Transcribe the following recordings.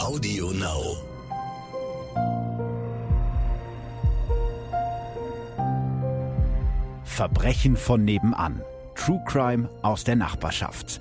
Audio Now. Verbrechen von nebenan. True Crime aus der Nachbarschaft.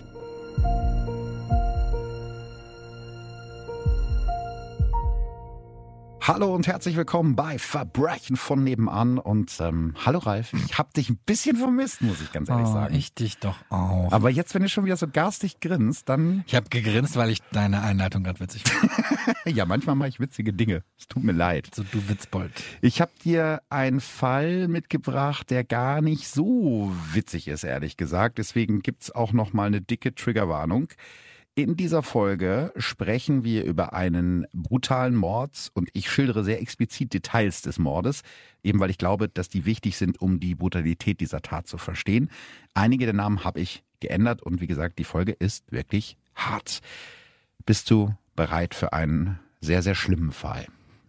Hallo und herzlich willkommen bei Verbrechen von nebenan. Und hallo Ralf, ich hab dich ein bisschen vermisst, muss ich ganz ehrlich sagen. Ich dich doch auch. Aber jetzt, wenn du schon wieder so garstig grinst, dann... Ich habe gegrinst, weil ich deine Einleitung gerade witzig fand. Ja, manchmal mache ich witzige Dinge. Es tut mir leid. So, du Witzbold. Ich habe dir einen Fall mitgebracht, der gar nicht so witzig ist, ehrlich gesagt. Deswegen gibt's auch noch mal eine dicke Triggerwarnung. In dieser Folge sprechen wir über einen brutalen Mord und ich schildere sehr explizit Details des Mordes, eben weil ich glaube, dass die wichtig sind, um die Brutalität dieser Tat zu verstehen. Einige der Namen habe ich geändert und wie gesagt, die Folge ist wirklich hart. Bist du bereit für einen sehr, sehr schlimmen Fall?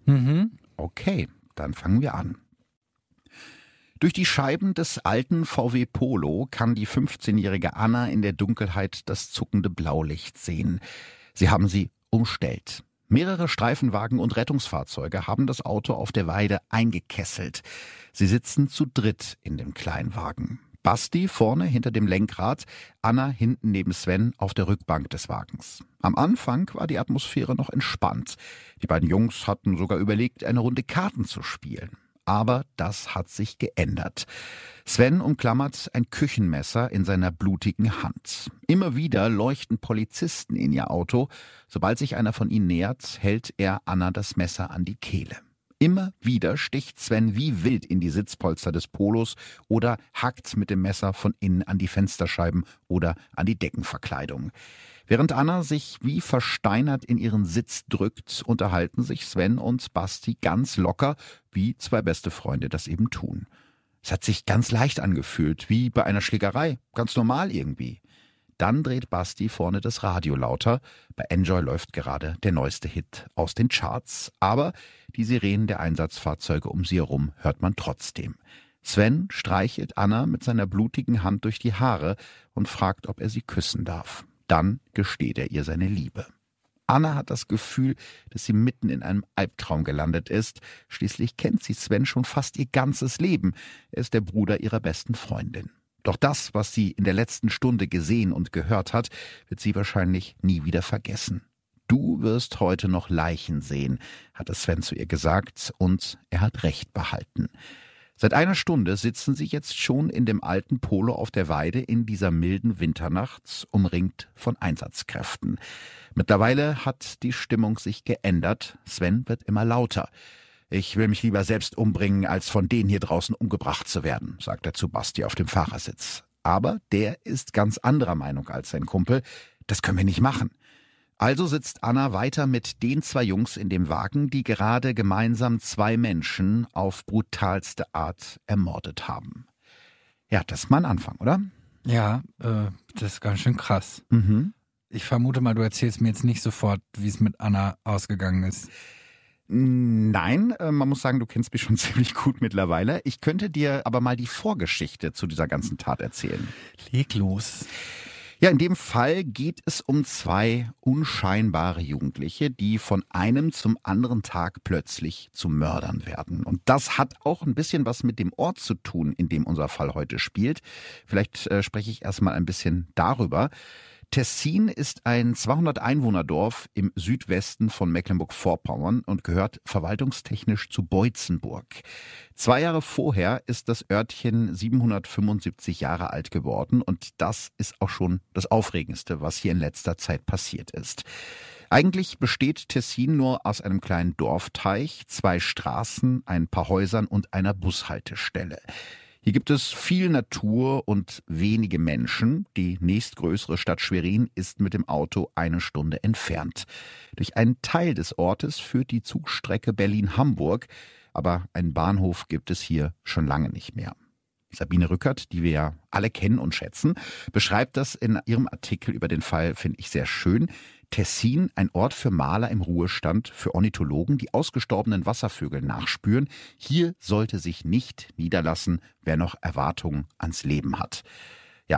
Okay, dann fangen wir an. Durch die Scheiben des alten VW Polo kann die 15-jährige Anna in der Dunkelheit das zuckende Blaulicht sehen. Sie haben sie umstellt. Mehrere Streifenwagen und Rettungsfahrzeuge haben das Auto auf der Weide eingekesselt. Sie sitzen zu dritt in dem Kleinwagen. Basti vorne hinter dem Lenkrad, Anna hinten neben Sven auf der Rückbank des Wagens. Am Anfang war die Atmosphäre noch entspannt. Die beiden Jungs hatten sogar überlegt, eine Runde Karten zu spielen. Aber das hat sich geändert. Sven umklammert ein Küchenmesser in seiner blutigen Hand. Immer wieder leuchten Polizisten in ihr Auto. Sobald sich einer von ihnen nähert, hält er Anna das Messer an die Kehle. Immer wieder sticht Sven wie wild in die Sitzpolster des Polos oder hackt mit dem Messer von innen an die Fensterscheiben oder an die Deckenverkleidung. Während Anna sich wie versteinert in ihren Sitz drückt, unterhalten sich Sven und Basti ganz locker, wie zwei beste Freunde das eben tun. Es hat sich ganz leicht angefühlt, wie bei einer Schlägerei, ganz normal irgendwie. Dann dreht Basti vorne das Radio lauter. Bei Enjoy läuft gerade der neueste Hit aus den Charts. Aber die Sirenen der Einsatzfahrzeuge um sie herum hört man trotzdem. Sven streichelt Anna mit seiner blutigen Hand durch die Haare und fragt, ob er sie küssen darf. Dann gesteht er ihr seine Liebe. Anna hat das Gefühl, dass sie mitten in einem Albtraum gelandet ist. Schließlich kennt sie Sven schon fast ihr ganzes Leben. Er ist der Bruder ihrer besten Freundin. Doch das, was sie in der letzten Stunde gesehen und gehört hat, wird sie wahrscheinlich nie wieder vergessen. Du wirst heute noch Leichen sehen, hatte Sven zu ihr gesagt, und er hat recht behalten. Seit einer Stunde sitzen sie jetzt schon in dem alten Polo auf der Weide in dieser milden Winternacht, umringt von Einsatzkräften. Mittlerweile hat die Stimmung sich geändert. Sven wird immer lauter. Ich will mich lieber selbst umbringen, als von denen hier draußen umgebracht zu werden, sagt er zu Basti auf dem Fahrersitz. Aber der ist ganz anderer Meinung als sein Kumpel. Das können wir nicht machen. Also sitzt Anna weiter mit den zwei Jungs in dem Wagen, die gerade gemeinsam zwei Menschen auf brutalste Art ermordet haben. Ja, das ist mal ein Anfang, oder? Ja, das ist ganz schön krass. Ich vermute mal, du erzählst mir jetzt nicht sofort, wie es mit Anna ausgegangen ist. Nein, man muss sagen, du kennst mich schon ziemlich gut mittlerweile. Ich könnte dir aber mal die Vorgeschichte zu dieser ganzen Tat erzählen. Leg los. Ja, in dem Fall geht es um zwei unscheinbare Jugendliche, die von einem zum anderen Tag plötzlich zu Mördern werden. Und das hat auch ein bisschen was mit dem Ort zu tun, in dem unser Fall heute spielt. Vielleicht spreche ich erstmal ein bisschen darüber. Tessin ist ein 200-Einwohner-Dorf im Südwesten von Mecklenburg-Vorpommern und gehört verwaltungstechnisch zu Boitzenburg. 2 Jahre vorher ist das Örtchen 775 Jahre alt geworden und das ist auch schon das Aufregendste, was hier in letzter Zeit passiert ist. Eigentlich besteht Tessin nur aus einem kleinen Dorfteich, 2 Straßen, ein paar Häusern und einer Bushaltestelle. Hier gibt es viel Natur und wenige Menschen. Die nächstgrößere Stadt Schwerin ist mit dem Auto 1 Stunde entfernt. Durch einen Teil des Ortes führt die Zugstrecke Berlin-Hamburg, aber einen Bahnhof gibt es hier schon lange nicht mehr. Sabine Rückert, die wir ja alle kennen und schätzen, beschreibt das in ihrem Artikel über den Fall, finde ich sehr schön. Tessin, ein Ort für Maler im Ruhestand, für Ornithologen, die ausgestorbenen Wasservögel nachspüren. Hier sollte sich nicht niederlassen, wer noch Erwartungen ans Leben hat. Ja,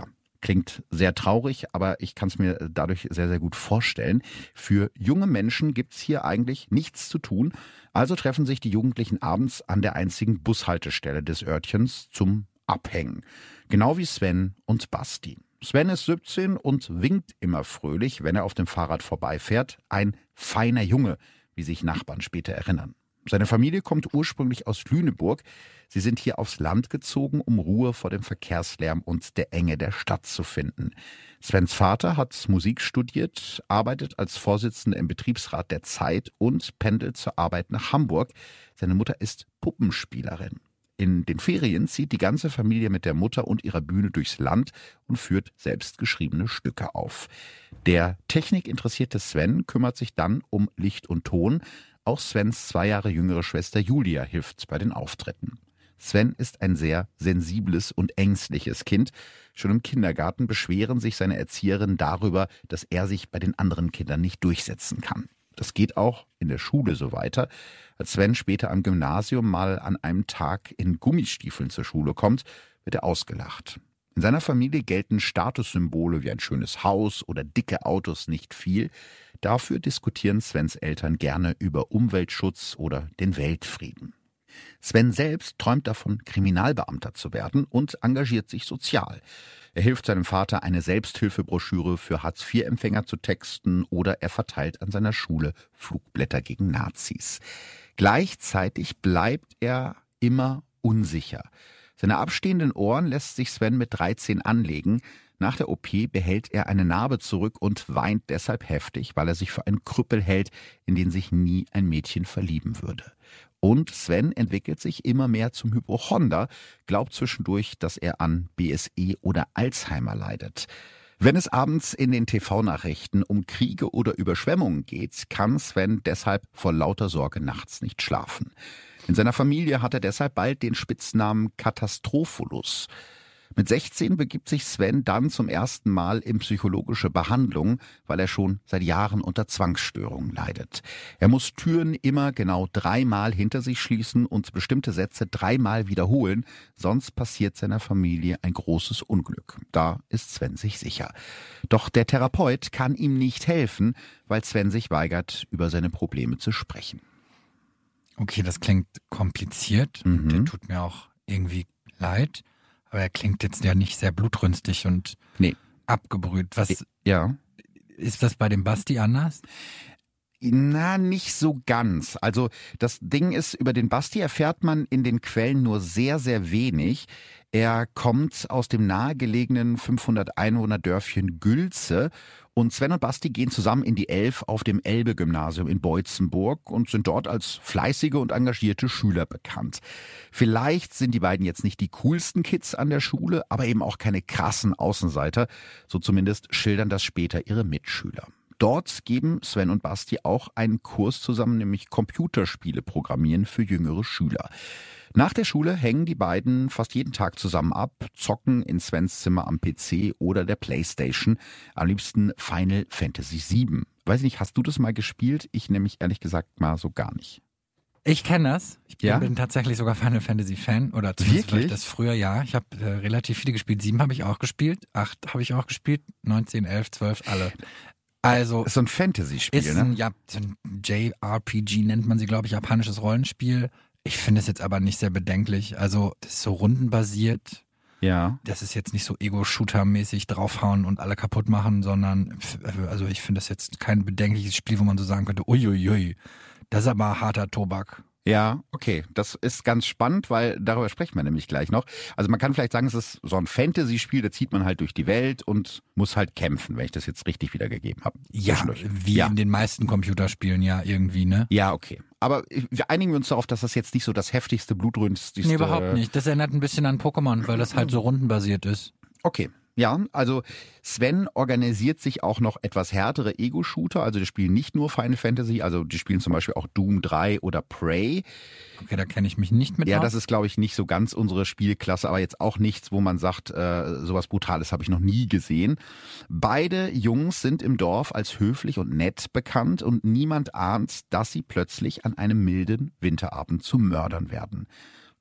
Klingt sehr traurig, aber ich kann es mir dadurch sehr, sehr gut vorstellen. Für junge Menschen gibt's hier eigentlich nichts zu tun. Also treffen sich die Jugendlichen abends an der einzigen Bushaltestelle des Örtchens zum Abhängen. Genau wie Sven und Basti. Sven ist 17 und winkt immer fröhlich, wenn er auf dem Fahrrad vorbeifährt. Ein feiner Junge, wie sich Nachbarn später erinnern. Seine Familie kommt ursprünglich aus Lüneburg. Sie sind hier aufs Land gezogen, um Ruhe vor dem Verkehrslärm und der Enge der Stadt zu finden. Svens Vater hat Musik studiert, arbeitet als Vorsitzender im Betriebsrat der Zeit und pendelt zur Arbeit nach Hamburg. Seine Mutter ist Puppenspielerin. In den Ferien zieht die ganze Familie mit der Mutter und ihrer Bühne durchs Land und führt selbstgeschriebene Stücke auf. Der technikinteressierte Sven kümmert sich dann um Licht und Ton. Auch Svens 2 Jahre jüngere Schwester Julia hilft bei den Auftritten. Sven ist ein sehr sensibles und ängstliches Kind. Schon im Kindergarten beschweren sich seine Erzieherinnen darüber, dass er sich bei den anderen Kindern nicht durchsetzen kann. Das geht auch in der Schule so weiter. Als Sven später am Gymnasium mal an einem Tag in Gummistiefeln zur Schule kommt, wird er ausgelacht. In seiner Familie gelten Statussymbole wie ein schönes Haus oder dicke Autos nicht viel. Dafür diskutieren Svens Eltern gerne über Umweltschutz oder den Weltfrieden. Sven selbst träumt davon, Kriminalbeamter zu werden und engagiert sich sozial. Er hilft seinem Vater, eine Selbsthilfebroschüre für Hartz-IV-Empfänger zu texten oder er verteilt an seiner Schule Flugblätter gegen Nazis. Gleichzeitig bleibt er immer unsicher. Seine abstehenden Ohren lässt sich Sven mit 13 anlegen. Nach der OP behält er eine Narbe zurück und weint deshalb heftig, weil er sich für einen Krüppel hält, in den sich nie ein Mädchen verlieben würde. Und Sven entwickelt sich immer mehr zum Hypochonder, glaubt zwischendurch, dass er an BSE oder Alzheimer leidet. Wenn es abends in den TV-Nachrichten um Kriege oder Überschwemmungen geht, kann Sven deshalb vor lauter Sorge nachts nicht schlafen. In seiner Familie hat er deshalb bald den Spitznamen Katastropholus. Mit 16 begibt sich Sven dann zum ersten Mal in psychologische Behandlung, weil er schon seit Jahren unter Zwangsstörungen leidet. Er muss Türen immer genau 3-mal hinter sich schließen und bestimmte Sätze 3-mal wiederholen, sonst passiert seiner Familie ein großes Unglück. Da ist Sven sich sicher. Doch der Therapeut kann ihm nicht helfen, weil Sven sich weigert, über seine Probleme zu sprechen. Okay, das klingt kompliziert. Der tut mir auch irgendwie leid. Aber er klingt jetzt ja nicht sehr blutrünstig und abgebrüht. Was ist das bei dem Basti anders? Na, nicht so ganz. Also das Ding ist, über den Basti erfährt man in den Quellen nur sehr, sehr wenig. Er kommt aus dem nahegelegenen 500-Einwohner-Dörfchen Gülze und Sven und Basti gehen zusammen in die 11 auf dem Elbe-Gymnasium in Boitzenburg und sind dort als fleißige und engagierte Schüler bekannt. Vielleicht sind die beiden jetzt nicht die coolsten Kids an der Schule, aber eben auch keine krassen Außenseiter. So zumindest schildern das später ihre Mitschüler. Dort geben Sven und Basti auch einen Kurs zusammen, nämlich Computerspiele programmieren für jüngere Schüler. Nach der Schule hängen die beiden fast jeden Tag zusammen ab, zocken in Svens Zimmer am PC oder der Playstation, am liebsten Final Fantasy VII. Weiß nicht, hast du das mal gespielt? Ich nämlich ehrlich gesagt mal so gar nicht. Ich kenne das. Ich bin tatsächlich sogar Final Fantasy Fan oder zumindest vielleicht das früher, ja. Ich habe relativ viele gespielt. 7 habe ich auch gespielt, 8 habe ich auch gespielt, 9, 10, 11, 12, alle. Also ist so ein Fantasy-Spiel, ist ne? So ein JRPG nennt man sie, glaube ich, japanisches Rollenspiel. Ich finde es jetzt aber nicht sehr bedenklich. Also das ist so rundenbasiert. Ja. Das ist jetzt nicht so Ego-Shooter-mäßig draufhauen und alle kaputt machen, sondern also ich finde das jetzt kein bedenkliches Spiel, wo man so sagen könnte, uiuiui, das ist aber harter Tobak. Ja, okay. Das ist ganz spannend, weil darüber sprechen wir nämlich gleich noch. Also man kann vielleicht sagen, es ist so ein Fantasy-Spiel, da zieht man halt durch die Welt und muss halt kämpfen, wenn ich das jetzt richtig wiedergegeben habe. Ja, wie in den meisten Computerspielen ja irgendwie, ne? Ja, okay. Aber wir einigen uns darauf, dass das jetzt nicht so das heftigste, blutrünstigste... Nee, überhaupt nicht. Das erinnert ein bisschen an Pokémon, weil das halt so rundenbasiert ist. Okay. Ja, also Sven organisiert sich auch noch etwas härtere Ego-Shooter, also die spielen nicht nur Final Fantasy, also die spielen zum Beispiel auch Doom 3 oder Prey. Okay, da kenne ich mich nicht mit. Ja, das ist, glaube ich, nicht so ganz unsere Spielklasse, aber jetzt auch nichts, wo man sagt, sowas Brutales habe ich noch nie gesehen. Beide Jungs sind im Dorf als höflich und nett bekannt und niemand ahnt, dass sie plötzlich an einem milden Winterabend zu Mördern werden.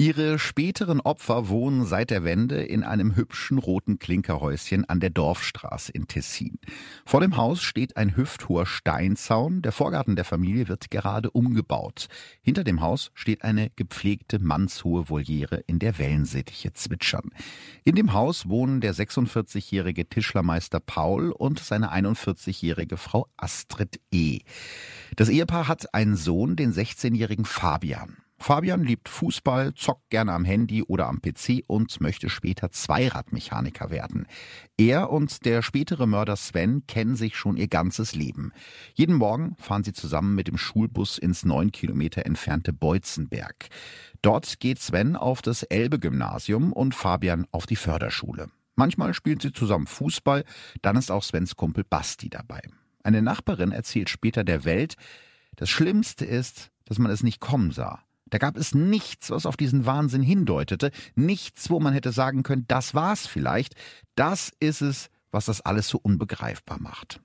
Ihre späteren Opfer wohnen seit der Wende in einem hübschen roten Klinkerhäuschen an der Dorfstraße in Tessin. Vor dem Haus steht ein hüfthoher Steinzaun. Der Vorgarten der Familie wird gerade umgebaut. Hinter dem Haus steht eine gepflegte mannshohe Voliere, in der Wellensittiche zwitschern. In dem Haus wohnen der 46-jährige Tischlermeister Paul und seine 41-jährige Frau Astrid E. Das Ehepaar hat einen Sohn, den 16-jährigen Fabian. Fabian liebt Fußball, zockt gerne am Handy oder am PC und möchte später Zweiradmechaniker werden. Er und der spätere Mörder Sven kennen sich schon ihr ganzes Leben. Jeden Morgen fahren sie zusammen mit dem Schulbus ins 9 Kilometer entfernte Beutzenberg. Dort geht Sven auf das Elbe-Gymnasium und Fabian auf die Förderschule. Manchmal spielen sie zusammen Fußball, dann ist auch Svens Kumpel Basti dabei. Eine Nachbarin erzählt später der Welt, das Schlimmste ist, dass man es nicht kommen sah. Da gab es nichts, was auf diesen Wahnsinn hindeutete, nichts, wo man hätte sagen können, das war's vielleicht. Das ist es, was das alles so unbegreifbar macht.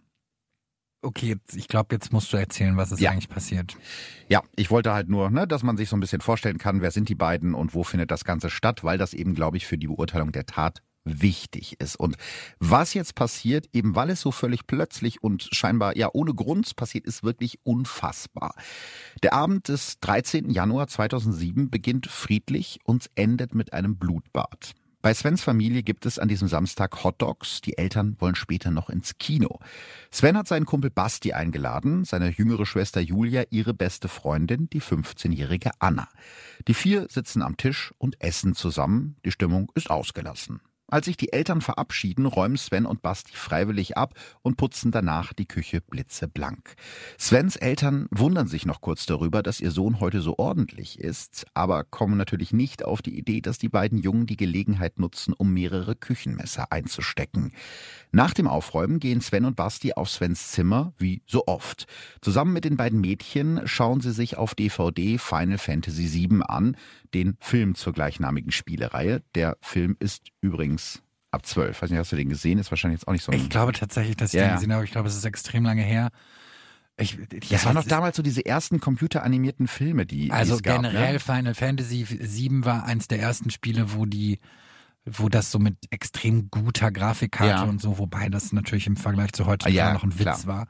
Okay, ich glaube, jetzt musst du erzählen, was ist eigentlich passiert. Ja, ich wollte halt nur, dass man sich so ein bisschen vorstellen kann, wer sind die beiden und wo findet das Ganze statt, weil das eben, glaube ich, für die Beurteilung der Tat wichtig ist. Und was jetzt passiert, eben weil es so völlig plötzlich und scheinbar ohne Grund passiert, ist wirklich unfassbar. Der Abend des 13. Januar 2007 beginnt friedlich und endet mit einem Blutbad. Bei Svens Familie gibt es an diesem Samstag Hotdogs. Die Eltern wollen später noch ins Kino. Sven hat seinen Kumpel Basti eingeladen, seine jüngere Schwester Julia, ihre beste Freundin, die 15-jährige Anna. Die 4 sitzen am Tisch und essen zusammen. Die Stimmung ist ausgelassen. Als sich die Eltern verabschieden, räumen Sven und Basti freiwillig ab und putzen danach die Küche blitzeblank. Svens Eltern wundern sich noch kurz darüber, dass ihr Sohn heute so ordentlich ist, aber kommen natürlich nicht auf die Idee, dass die beiden Jungen die Gelegenheit nutzen, um mehrere Küchenmesser einzustecken. Nach dem Aufräumen gehen Sven und Basti auf Svens Zimmer, wie so oft. Zusammen mit den beiden Mädchen schauen sie sich auf DVD Final Fantasy VII an, den Film zur gleichnamigen Spielereihe. Der Film ist übrigens ab 12. Weiß nicht, hast du den gesehen? Ist wahrscheinlich jetzt auch nicht so. Ich glaube tatsächlich, dass ich den gesehen habe. Ich glaube, es ist extrem lange her. Das waren noch damals so diese ersten computeranimierten Filme, die es gab. Also generell Final Fantasy VII war eins der ersten Spiele, wo das so mit extrem guter Grafikkarte und so, wobei das natürlich im Vergleich zu heute noch ein Witz war.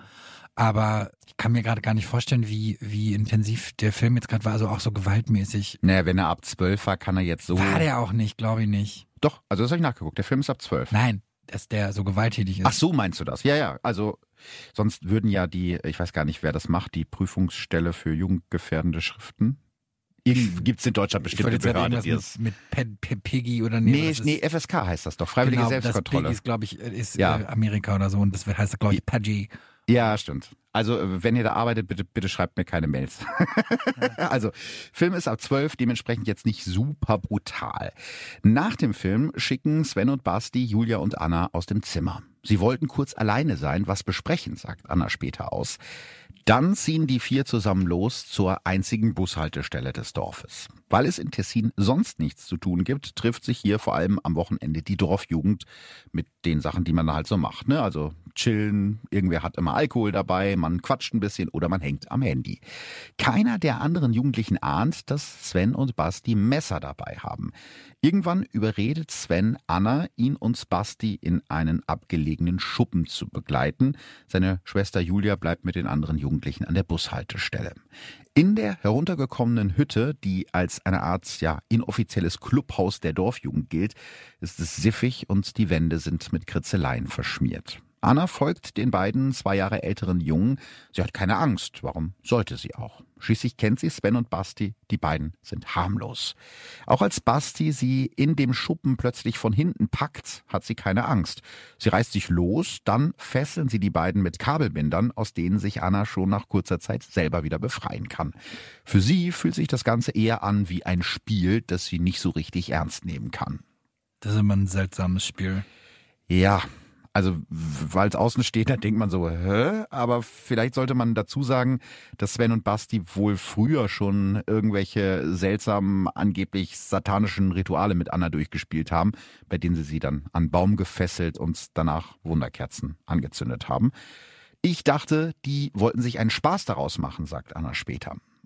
Aber ich kann mir gerade gar nicht vorstellen, wie intensiv der Film jetzt gerade war, also auch so gewaltmäßig. Naja, wenn er ab 12 war, kann er jetzt so... War der auch nicht, glaube ich nicht. Doch, also das habe ich nachgeguckt, der Film ist ab 12. Nein, dass der so gewalttätig ist. Ach so, meinst du das? Ja, also sonst würden ja ich weiß gar nicht, wer das macht, die Prüfungsstelle für jugendgefährdende Schriften. Gibt es in Deutschland bestimmte Behörde, die es... Mit PEGI oder nee, FSK heißt das doch, Freiwillige Selbstkontrolle. Das PEGI ist, glaube ich, ist Amerika oder so und das heißt, glaube ich, PEGI. Ja, stimmt. Also, wenn ihr da arbeitet, bitte schreibt mir keine Mails. Also, Film ist ab 12, dementsprechend jetzt nicht super brutal. Nach dem Film schicken Sven und Basti Julia und Anna aus dem Zimmer. Sie wollten kurz alleine sein, was besprechen, sagt Anna später aus. Dann ziehen die 4 zusammen los zur einzigen Bushaltestelle des Dorfes. Weil es in Tessin sonst nichts zu tun gibt, trifft sich hier vor allem am Wochenende die Dorfjugend mit den Sachen, die man da halt so macht. Also chillen, irgendwer hat immer Alkohol dabei, man quatscht ein bisschen oder man hängt am Handy. Keiner der anderen Jugendlichen ahnt, dass Sven und Basti Messer dabei haben. Irgendwann überredet Sven Anna, ihn und Basti in einen abgelegenen Schuppen zu begleiten. Seine Schwester Julia bleibt mit den anderen Jugendlichen an der Bushaltestelle. In der heruntergekommenen Hütte, die als eine Art inoffizielles Clubhaus der Dorfjugend gilt, ist es siffig und die Wände sind mit Kritzeleien verschmiert. Anna folgt den beiden 2 Jahre älteren Jungen. Sie hat keine Angst. Warum sollte sie auch? Schließlich kennt sie Sven und Basti. Die beiden sind harmlos. Auch als Basti sie in dem Schuppen plötzlich von hinten packt, hat sie keine Angst. Sie reißt sich los, dann fesseln sie die beiden mit Kabelbindern, aus denen sich Anna schon nach kurzer Zeit selber wieder befreien kann. Für sie fühlt sich das Ganze eher an wie ein Spiel, das sie nicht so richtig ernst nehmen kann. Das ist immer ein seltsames Spiel. Ja. Also, weil es außen steht, da denkt man so, aber vielleicht sollte man dazu sagen, dass Sven und Basti wohl früher schon irgendwelche seltsamen, angeblich satanischen Rituale mit Anna durchgespielt haben, bei denen sie dann an einen Baum gefesselt und danach Wunderkerzen angezündet haben. Ich dachte, die wollten sich einen Spaß daraus machen, sagt Anna später.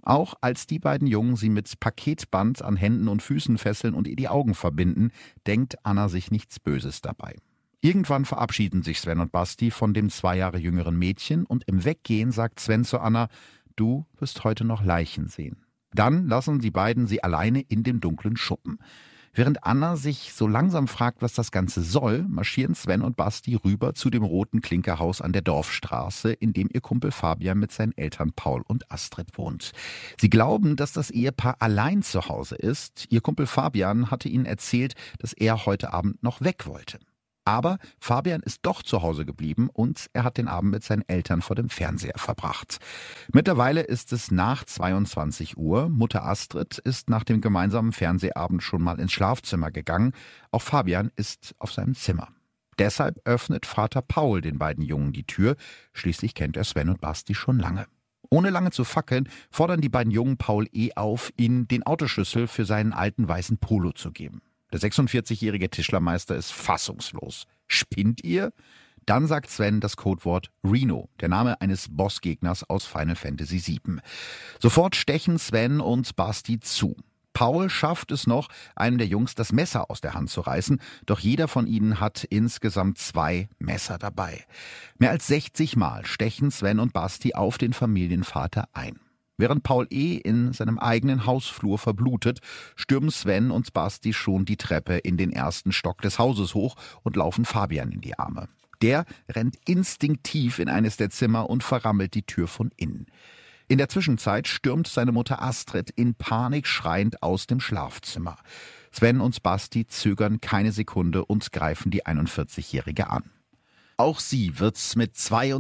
Auch als die beiden Jungen sie mit Paketband an Händen und Füßen fesseln und ihr die Augen verbinden, denkt Anna sich nichts Böses dabei. Irgendwann verabschieden sich Sven und Basti von dem 2 Jahre jüngeren Mädchen und im Weggehen sagt Sven zu Anna: Du wirst heute noch Leichen sehen. Dann lassen die beiden sie alleine in dem dunklen Schuppen. Während Anna sich so langsam fragt, was das Ganze soll, marschieren Sven und Basti rüber zu dem roten Klinkerhaus an der Dorfstraße, in dem ihr Kumpel Fabian mit seinen Eltern Paul und Astrid wohnt. Sie glauben, dass das Ehepaar allein zu Hause ist. Ihr Kumpel Fabian hatte ihnen erzählt, dass er heute Abend noch weg wollte. Aber Fabian ist doch zu Hause geblieben und er hat den Abend mit seinen Eltern vor dem Fernseher verbracht. Mittlerweile ist es nach 22 Uhr. Mutter Astrid ist nach dem gemeinsamen Fernsehabend schon mal ins Schlafzimmer gegangen. Auch Fabian ist auf seinem Zimmer. Deshalb öffnet Vater Paul den beiden Jungen die Tür. Schließlich kennt er Sven und Basti schon lange. Ohne lange zu fackeln, fordern die beiden Jungen Paul auf, ihnen den Autoschlüssel für seinen alten weißen Polo zu geben. Der 46-jährige Tischlermeister ist fassungslos. Spinnt ihr? Dann sagt Sven das Codewort Reno, der Name eines Bossgegners aus Final Fantasy VII. Sofort stechen Sven und Basti zu. Paul schafft es noch, einem der Jungs das Messer aus der Hand zu reißen, doch jeder von ihnen hat insgesamt 2 Messer dabei. Mehr als 60 Mal stechen Sven und Basti auf den Familienvater ein. Während Paul in seinem eigenen Hausflur verblutet, stürmen Sven und Basti schon die Treppe in den ersten Stock des Hauses hoch und laufen Fabian in die Arme. Der rennt instinktiv in eines der Zimmer und verrammelt die Tür von innen. In der Zwischenzeit stürmt seine Mutter Astrid in Panik schreiend aus dem Schlafzimmer. Sven und Basti zögern keine Sekunde und greifen die 41-Jährige an. Auch sie wird mit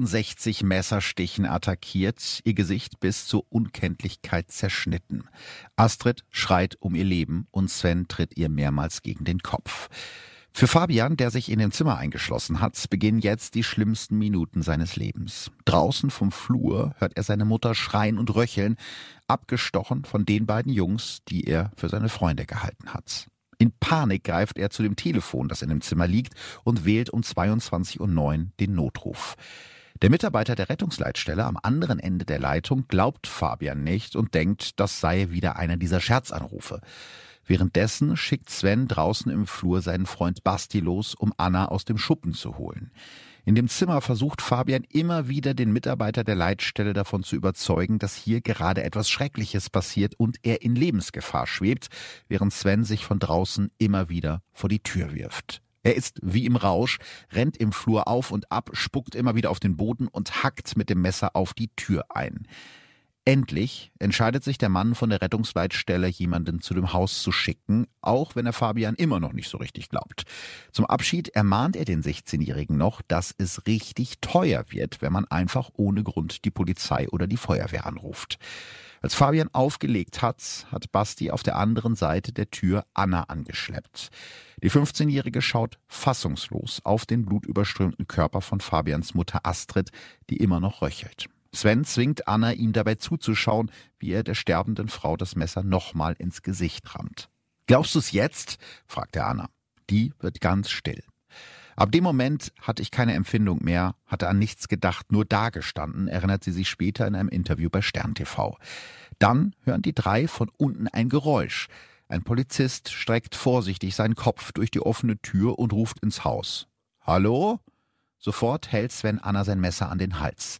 62 Messerstichen attackiert, ihr Gesicht bis zur Unkenntlichkeit zerschnitten. Astrid schreit um ihr Leben und Sven tritt ihr mehrmals gegen den Kopf. Für Fabian, der sich in dem Zimmer eingeschlossen hat, beginnen jetzt die schlimmsten Minuten seines Lebens. Draußen vom Flur hört er seine Mutter schreien und röcheln, abgestochen von den beiden Jungs, die er für seine Freunde gehalten hat. In Panik greift er zu dem Telefon, das in dem Zimmer liegt, und wählt um 22:09 Uhr den Notruf. Der Mitarbeiter der Rettungsleitstelle am anderen Ende der Leitung glaubt Fabian nicht und denkt, das sei wieder einer dieser Scherzanrufe. Währenddessen schickt Sven draußen im Flur seinen Freund Basti los, um Anna aus dem Schuppen zu holen. In dem Zimmer versucht Fabian immer wieder, den Mitarbeiter der Leitstelle davon zu überzeugen, dass hier gerade etwas Schreckliches passiert und er in Lebensgefahr schwebt, während Sven sich von draußen immer wieder vor die Tür wirft. Er ist wie im Rausch, rennt im Flur auf und ab, spuckt immer wieder auf den Boden und hackt mit dem Messer auf die Tür ein. Endlich entscheidet sich der Mann von der Rettungsleitstelle, jemanden zu dem Haus zu schicken, auch wenn er Fabian immer noch nicht so richtig glaubt. Zum Abschied ermahnt er den 16-Jährigen noch, dass es richtig teuer wird, wenn man einfach ohne Grund die Polizei oder die Feuerwehr anruft. Als Fabian aufgelegt hat, hat Basti auf der anderen Seite der Tür Anna angeschleppt. Die 15-Jährige schaut fassungslos auf den blutüberströmten Körper von Fabians Mutter Astrid, die immer noch röchelt. Sven zwingt Anna, ihm dabei zuzuschauen, wie er der sterbenden Frau das Messer nochmal ins Gesicht rammt. »Glaubst du's jetzt?« fragt er Anna. Die wird ganz still. Ab dem Moment hatte ich keine Empfindung mehr, hatte an nichts gedacht, nur dagestanden, erinnert sie sich später in einem Interview bei Stern TV. Dann hören die 3 von unten ein Geräusch. Ein Polizist streckt vorsichtig seinen Kopf durch die offene Tür und ruft ins Haus. »Hallo?« Sofort hält Sven Anna sein Messer an den Hals.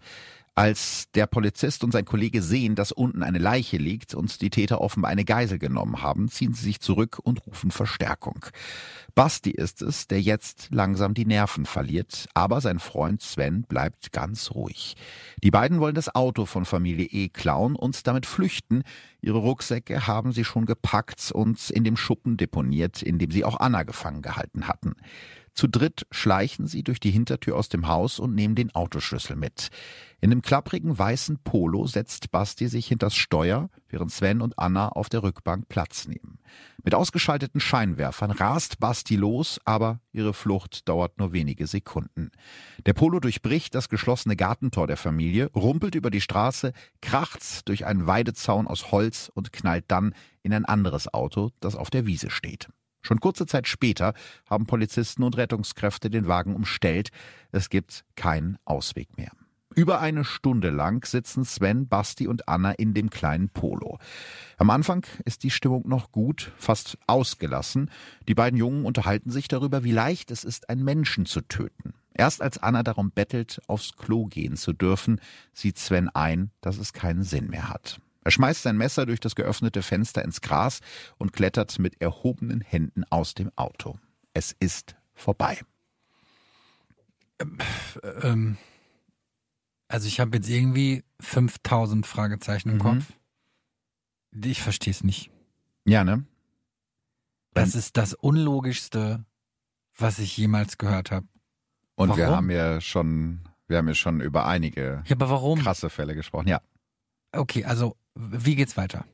Als der Polizist und sein Kollege sehen, dass unten eine Leiche liegt und die Täter offenbar eine Geisel genommen haben, ziehen sie sich zurück und rufen Verstärkung. Basti ist es, der jetzt langsam die Nerven verliert, aber sein Freund Sven bleibt ganz ruhig. Die beiden wollen das Auto von Familie klauen und damit flüchten. Ihre Rucksäcke haben sie schon gepackt und in dem Schuppen deponiert, in dem sie auch Anna gefangen gehalten hatten. Zu dritt schleichen sie durch die Hintertür aus dem Haus und nehmen den Autoschlüssel mit. In dem klapprigen weißen Polo setzt Basti sich hinters Steuer, während Sven und Anna auf der Rückbank Platz nehmen. Mit ausgeschalteten Scheinwerfern rast Basti los, aber ihre Flucht dauert nur wenige Sekunden. Der Polo durchbricht das geschlossene Gartentor der Familie, rumpelt über die Straße, kracht durch einen Weidezaun aus Holz und knallt dann in ein anderes Auto, das auf der Wiese steht. Schon kurze Zeit später haben Polizisten und Rettungskräfte den Wagen umstellt. Es gibt keinen Ausweg mehr. Über eine Stunde lang sitzen Sven, Basti und Anna in dem kleinen Polo. Am Anfang ist die Stimmung noch gut, fast ausgelassen. Die beiden Jungen unterhalten sich darüber, wie leicht es ist, einen Menschen zu töten. Erst als Anna darum bettelt, aufs Klo gehen zu dürfen, sieht Sven ein, dass es keinen Sinn mehr hat. Er schmeißt sein Messer durch das geöffnete Fenster ins Gras und klettert mit erhobenen Händen aus dem Auto. Es ist vorbei. Also ich habe jetzt irgendwie 5000 Fragezeichen im Kopf. Ich verstehe es nicht. Ja, ne? Das ist das Unlogischste, was ich jemals gehört habe. Und warum? wir haben ja schon über einige krasse Fälle gesprochen. Ja. Okay, also wie geht's weiter?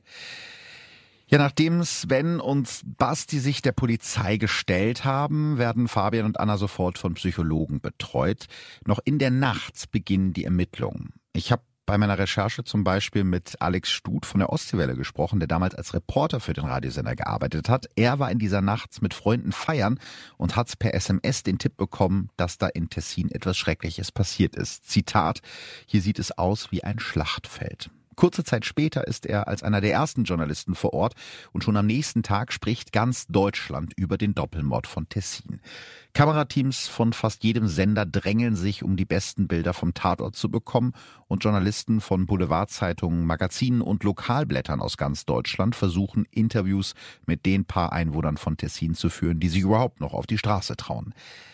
Ja, nachdem Sven und Basti sich der Polizei gestellt haben, werden Fabian und Anna sofort von Psychologen betreut. Noch in der Nacht beginnen die Ermittlungen. Ich habe bei meiner Recherche zum Beispiel mit Alex Stut von der Ostseewelle gesprochen, der damals als Reporter für den Radiosender gearbeitet hat. Er war in dieser Nacht mit Freunden feiern und hat per SMS den Tipp bekommen, dass da in Tessin etwas Schreckliches passiert ist. Zitat: Hier sieht es aus wie ein Schlachtfeld. Kurze Zeit später ist er als einer der ersten Journalisten vor Ort und schon am nächsten Tag spricht ganz Deutschland über den Doppelmord von Tessin. Kamerateams von fast jedem Sender drängeln sich, um die besten Bilder vom Tatort zu bekommen, und Journalisten von Boulevardzeitungen, Magazinen und Lokalblättern aus ganz Deutschland versuchen, Interviews mit den paar Einwohnern von Tessin zu führen, die sich überhaupt noch auf die Straße trauen.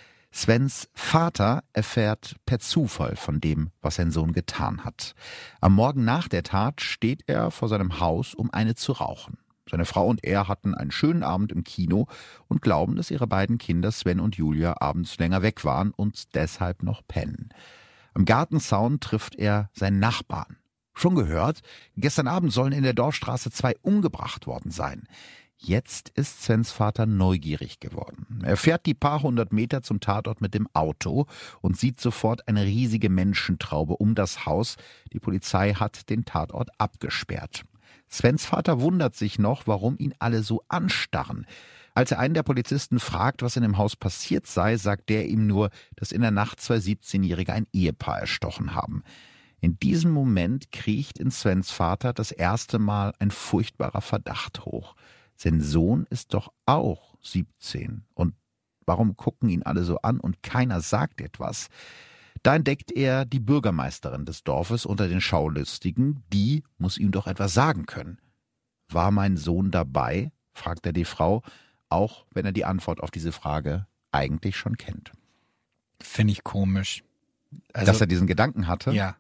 Svens Vater erfährt per Zufall von dem, was sein Sohn getan hat. Am Morgen nach der Tat steht er vor seinem Haus, um eine zu rauchen. Seine Frau und er hatten einen schönen Abend im Kino und glauben, dass ihre beiden Kinder Sven und Julia abends länger weg waren und deshalb noch pennen. Am Gartenzaun trifft er seinen Nachbarn. Schon gehört? Gestern Abend sollen in der Dorfstraße 2 umgebracht worden sein. Jetzt ist Svens Vater neugierig geworden. Er fährt die paar hundert Meter zum Tatort mit dem Auto und sieht sofort eine riesige Menschentraube um das Haus. Die Polizei hat den Tatort abgesperrt. Svens Vater wundert sich noch, warum ihn alle so anstarren. Als er einen der Polizisten fragt, was in dem Haus passiert sei, sagt der ihm nur, dass in der Nacht 2 17-Jährige ein Ehepaar erstochen haben. In diesem Moment kriecht in Svens Vater das erste Mal ein furchtbarer Verdacht hoch. Sein Sohn ist doch auch 17. Und warum gucken ihn alle so an und keiner sagt etwas? Da entdeckt er die Bürgermeisterin des Dorfes unter den Schaulustigen. Die muss ihm doch etwas sagen können. War mein Sohn dabei? Fragt er die Frau, auch wenn er die Antwort auf diese Frage eigentlich schon kennt. Finde ich komisch. Also, dass er diesen Gedanken hatte? Ja.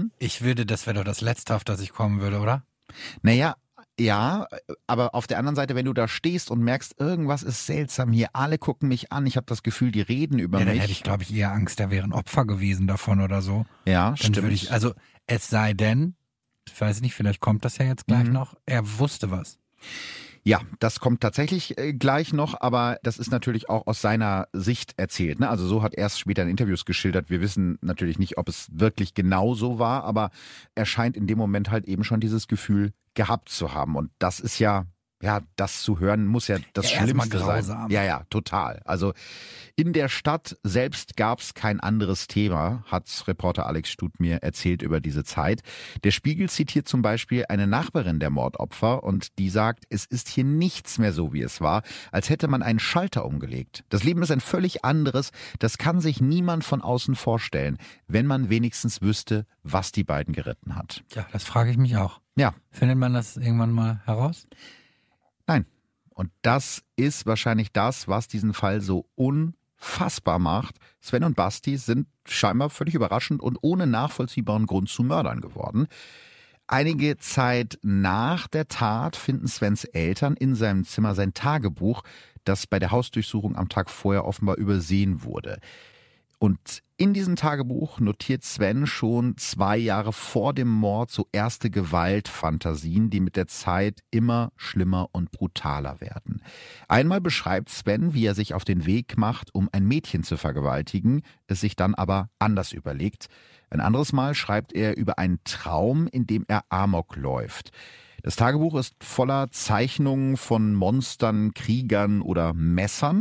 Das wäre doch das Letzte, auf das ich kommen würde, oder? Naja, ja, aber auf der anderen Seite, wenn du da stehst und merkst, irgendwas ist seltsam hier, alle gucken mich an, ich habe das Gefühl, die reden über mich. Dann hätte ich, glaube ich, eher Angst, der wäre ein Opfer gewesen davon oder so. Ja, dann stimmt. Würde ich, also es sei denn, ich weiß nicht, vielleicht kommt das ja jetzt gleich noch, er wusste was. Ja, das kommt tatsächlich gleich noch, aber das ist natürlich auch aus seiner Sicht erzählt, ne? Also so hat er es später in Interviews geschildert. Wir wissen natürlich nicht, ob es wirklich genau so war, aber er scheint in dem Moment halt eben schon dieses Gefühl gehabt zu haben. Und das ist ja, das zu hören muss ja das Schlimmste sein. Ja, total. Also in der Stadt selbst gab es kein anderes Thema, hat Reporter Alex Stut mir erzählt über diese Zeit. Der Spiegel zitiert zum Beispiel eine Nachbarin der Mordopfer und die sagt, es ist hier nichts mehr so, wie es war, als hätte man einen Schalter umgelegt. Das Leben ist ein völlig anderes, das kann sich niemand von außen vorstellen, wenn man wenigstens wüsste, was die beiden geritten hat. Ja, das frage ich mich auch. Ja. Findet man das irgendwann mal heraus? Nein. Und das ist wahrscheinlich das, was diesen Fall so unfassbar macht. Sven und Basti sind scheinbar völlig überraschend und ohne nachvollziehbaren Grund zu Mördern geworden. Einige Zeit nach der Tat finden Svens Eltern in seinem Zimmer sein Tagebuch, das bei der Hausdurchsuchung am Tag vorher offenbar übersehen wurde. Und in diesem Tagebuch notiert Sven schon 2 Jahre vor dem Mord so erste Gewaltfantasien, die mit der Zeit immer schlimmer und brutaler werden. Einmal beschreibt Sven, wie er sich auf den Weg macht, um ein Mädchen zu vergewaltigen, es sich dann aber anders überlegt. Ein anderes Mal schreibt er über einen Traum, in dem er Amok läuft. Das Tagebuch ist voller Zeichnungen von Monstern, Kriegern oder Messern,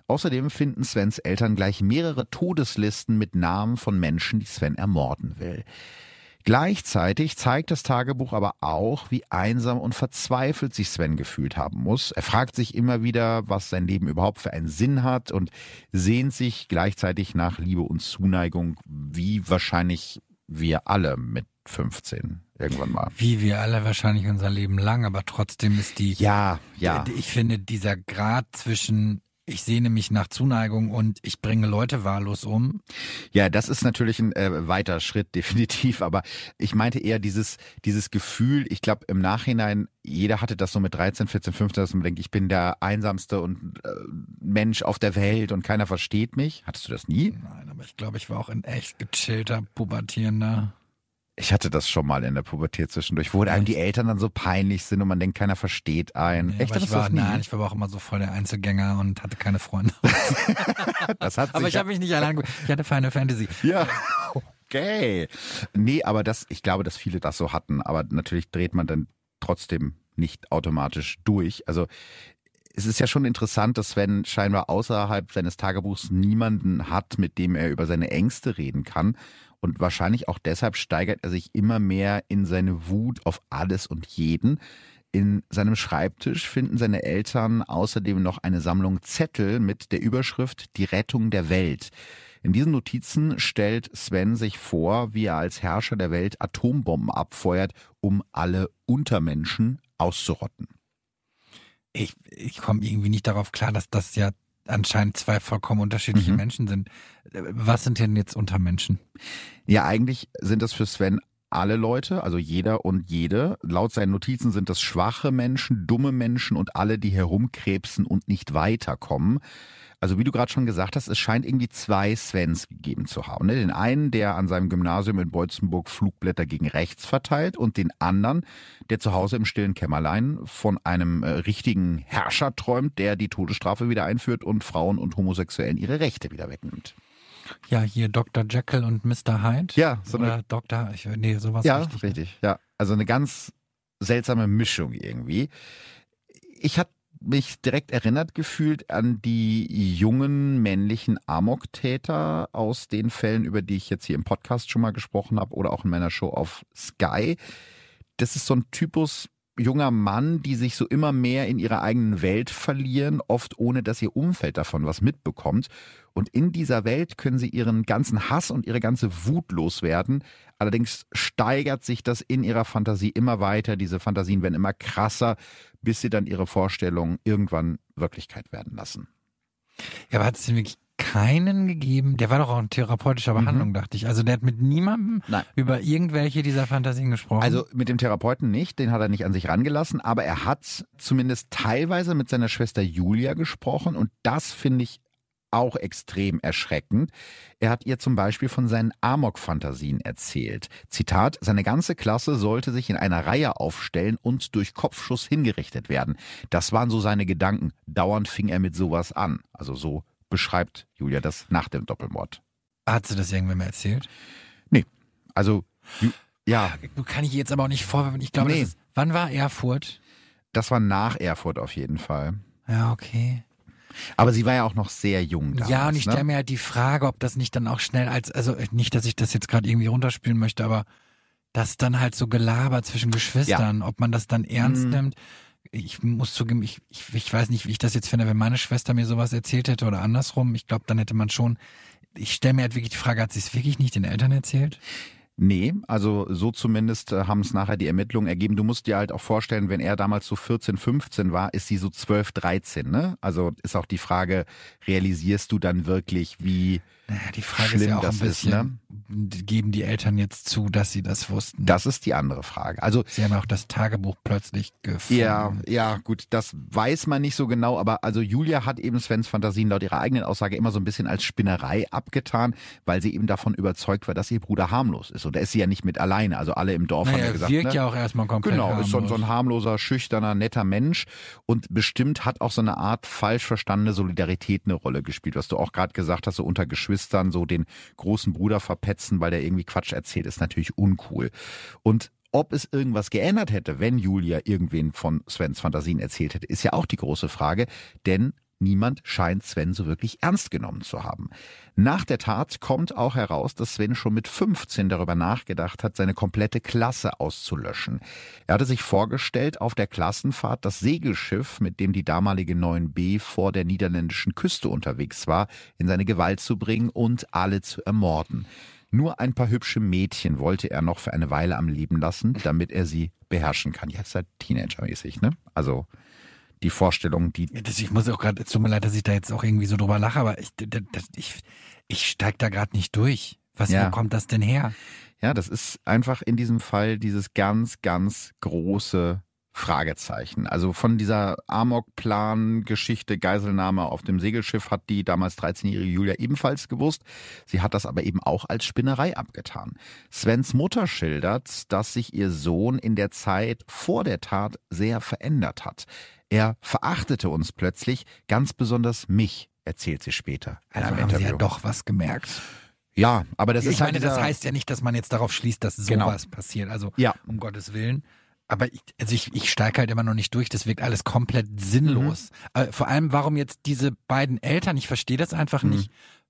Außerdem finden Svens Eltern gleich mehrere Todeslisten mit Namen von Menschen, die Sven ermorden will. Gleichzeitig zeigt das Tagebuch aber auch, wie einsam und verzweifelt sich Sven gefühlt haben muss. Er fragt sich immer wieder, was sein Leben überhaupt für einen Sinn hat und sehnt sich gleichzeitig nach Liebe und Zuneigung, wie wahrscheinlich wir alle mit 15 irgendwann mal. Wie wir alle wahrscheinlich unser Leben lang, aber trotzdem ist Ja. Ich finde, dieser Grad zwischen ich sehne mich nach Zuneigung und ich bringe Leute wahllos um. Ja, das ist natürlich ein weiter Schritt, definitiv. Aber ich meinte eher dieses Gefühl, ich glaube im Nachhinein, jeder hatte das so mit 13, 14, 15, dass man denkt, ich bin der einsamste und Mensch auf der Welt und keiner versteht mich. Hattest du das nie? Nein, aber ich glaube, ich war auch ein echt gechillter, pubertierender. Ich hatte das schon mal in der Pubertät zwischendurch, wo einem die Eltern dann so peinlich sind und man denkt, keiner versteht einen. Nee, echt? Ich war aber auch immer so voll der Einzelgänger und hatte keine Freunde. Aber ich habe mich nicht allein. Ich hatte Final Fantasy. Ja, okay. Nee, aber ich glaube, dass viele das so hatten. Aber natürlich dreht man dann trotzdem nicht automatisch durch. Also es ist ja schon interessant, dass Sven scheinbar außerhalb seines Tagebuchs niemanden hat, mit dem er über seine Ängste reden kann. Und wahrscheinlich auch deshalb steigert er sich immer mehr in seine Wut auf alles und jeden. In seinem Schreibtisch finden seine Eltern außerdem noch eine Sammlung Zettel mit der Überschrift Die Rettung der Welt. In diesen Notizen stellt Sven sich vor, wie er als Herrscher der Welt Atombomben abfeuert, um alle Untermenschen auszurotten. Ich komme irgendwie nicht darauf klar, dass das ja anscheinend zwei vollkommen unterschiedliche Menschen sind. Was sind denn jetzt Untermenschen? Ja, eigentlich sind das für Sven alle Leute, also jeder und jede. Laut seinen Notizen sind das schwache Menschen, dumme Menschen und alle, die herumkrebsen und nicht weiterkommen. Also wie du gerade schon gesagt hast, es scheint irgendwie zwei Svens gegeben zu haben. Den einen, der an seinem Gymnasium in Beutzenburg Flugblätter gegen rechts verteilt und den anderen, der zu Hause im stillen Kämmerlein von einem richtigen Herrscher träumt, der die Todesstrafe wieder einführt und Frauen und Homosexuellen ihre Rechte wieder wegnimmt. Ja, hier Dr. Jekyll und Mr. Hyde. Ja, so sowas. Ja, richtig. Ja, also eine ganz seltsame Mischung irgendwie. Ich hatte mich direkt erinnert gefühlt an die jungen männlichen Amok-Täter aus den Fällen, über die ich jetzt hier im Podcast schon mal gesprochen habe oder auch in meiner Show auf Sky. Das ist so ein Typus junger Mann, die sich so immer mehr in ihrer eigenen Welt verlieren, oft ohne dass ihr Umfeld davon was mitbekommt. Und in dieser Welt können sie ihren ganzen Hass und ihre ganze Wut loswerden. Allerdings steigert sich das in ihrer Fantasie immer weiter. Diese Fantasien werden immer krasser, bis sie dann ihre Vorstellungen irgendwann Wirklichkeit werden lassen. Ja, aber hat es denn wirklich keinen gegeben? Der war doch auch in therapeutischer Behandlung, dachte ich. Also der hat mit niemandem über irgendwelche dieser Fantasien gesprochen? Also mit dem Therapeuten nicht, den hat er nicht an sich rangelassen, aber er hat zumindest teilweise mit seiner Schwester Julia gesprochen und das finde ich auch extrem erschreckend. Er hat ihr zum Beispiel von seinen Amok-Fantasien erzählt. Zitat, seine ganze Klasse sollte sich in einer Reihe aufstellen und durch Kopfschuss hingerichtet werden. Das waren so seine Gedanken. Dauernd fing er mit sowas an. Also so beschreibt Julia das nach dem Doppelmord. Hat sie das irgendwem erzählt? Nee, also ja. Du kann ich jetzt aber auch nicht vorwerfen. Ich glaube, wann war Erfurt? Das war nach Erfurt auf jeden Fall. Ja, okay. Aber sie war ja auch noch sehr jung damals. Ja, und ich stelle mir halt die Frage, ob das nicht dann auch schnell also nicht, dass ich das jetzt gerade irgendwie runterspielen möchte, aber das dann halt so Gelaber zwischen Geschwistern, ob man das dann ernst nimmt. Ich muss zugeben, ich weiß nicht, wie ich das jetzt finde, wenn meine Schwester mir sowas erzählt hätte oder andersrum. Ich glaube, dann hätte man schon, ich stelle mir halt wirklich die Frage, hat sie es wirklich nicht den Eltern erzählt? Nee, also so zumindest haben es nachher die Ermittlungen ergeben. Du musst dir halt auch vorstellen, wenn er damals so 14, 15 war, ist sie so 12, 13, ne? Also ist auch die Frage, realisierst du dann wirklich, wie die Frage schlimm ist ja auch das ein bisschen, ist, ne? Geben die Eltern jetzt zu, dass sie das wussten? Das ist die andere Frage. Also sie haben auch das Tagebuch plötzlich gefunden. Ja, gut, das weiß man nicht so genau, aber also Julia hat eben Svens Fantasien laut ihrer eigenen Aussage immer so ein bisschen als Spinnerei abgetan, weil sie eben davon überzeugt war, dass ihr Bruder harmlos ist. Und da ist sie ja nicht mit alleine. Also alle im Dorf haben ja gesagt, wirkt ja auch erstmal komplett harmlos. Genau, ist so ein harmloser, schüchterner, netter Mensch. Und bestimmt hat auch so eine Art falsch verstandene Solidarität eine Rolle gespielt. Was du auch gerade gesagt hast, so unter Geschwistern, so den großen Bruder verpetzen, weil der irgendwie Quatsch erzählt, ist natürlich uncool. Und ob es irgendwas geändert hätte, wenn Julia irgendwen von Svens Fantasien erzählt hätte, ist ja auch die große Frage. Denn niemand scheint Sven so wirklich ernst genommen zu haben. Nach der Tat kommt auch heraus, dass Sven schon mit 15 darüber nachgedacht hat, seine komplette Klasse auszulöschen. Er hatte sich vorgestellt, auf der Klassenfahrt das Segelschiff, mit dem die damalige 9B vor der niederländischen Küste unterwegs war, in seine Gewalt zu bringen und alle zu ermorden. Nur ein paar hübsche Mädchen wollte er noch für eine Weile am Leben lassen, damit er sie beherrschen kann. Jetzt halt teenagermäßig, ne? Also die Vorstellung, die... Ich muss auch gerade, es tut mir leid, dass ich da jetzt auch irgendwie so drüber lache, aber ich steig da gerade nicht durch. Wo kommt das denn her? Ja, das ist einfach in diesem Fall dieses ganz, ganz große Fragezeichen. Also von dieser Amokplan-Geschichte, Geiselnahme auf dem Segelschiff hat die damals 13-jährige Julia ebenfalls gewusst. Sie hat das aber eben auch als Spinnerei abgetan. Svens Mutter schildert, dass sich ihr Sohn in der Zeit vor der Tat sehr verändert hat. Er verachtete uns plötzlich, ganz besonders mich, erzählt sie später. Also haben Sie ja doch was gemerkt. Ja, aber das ist halt das heißt ja nicht, dass man jetzt darauf schließt, dass sowas passiert. Also um Gottes Willen. Aber ich steige halt immer noch nicht durch. Das wirkt alles komplett sinnlos. Vor allem, warum jetzt diese beiden Eltern? Ich verstehe das einfach nicht.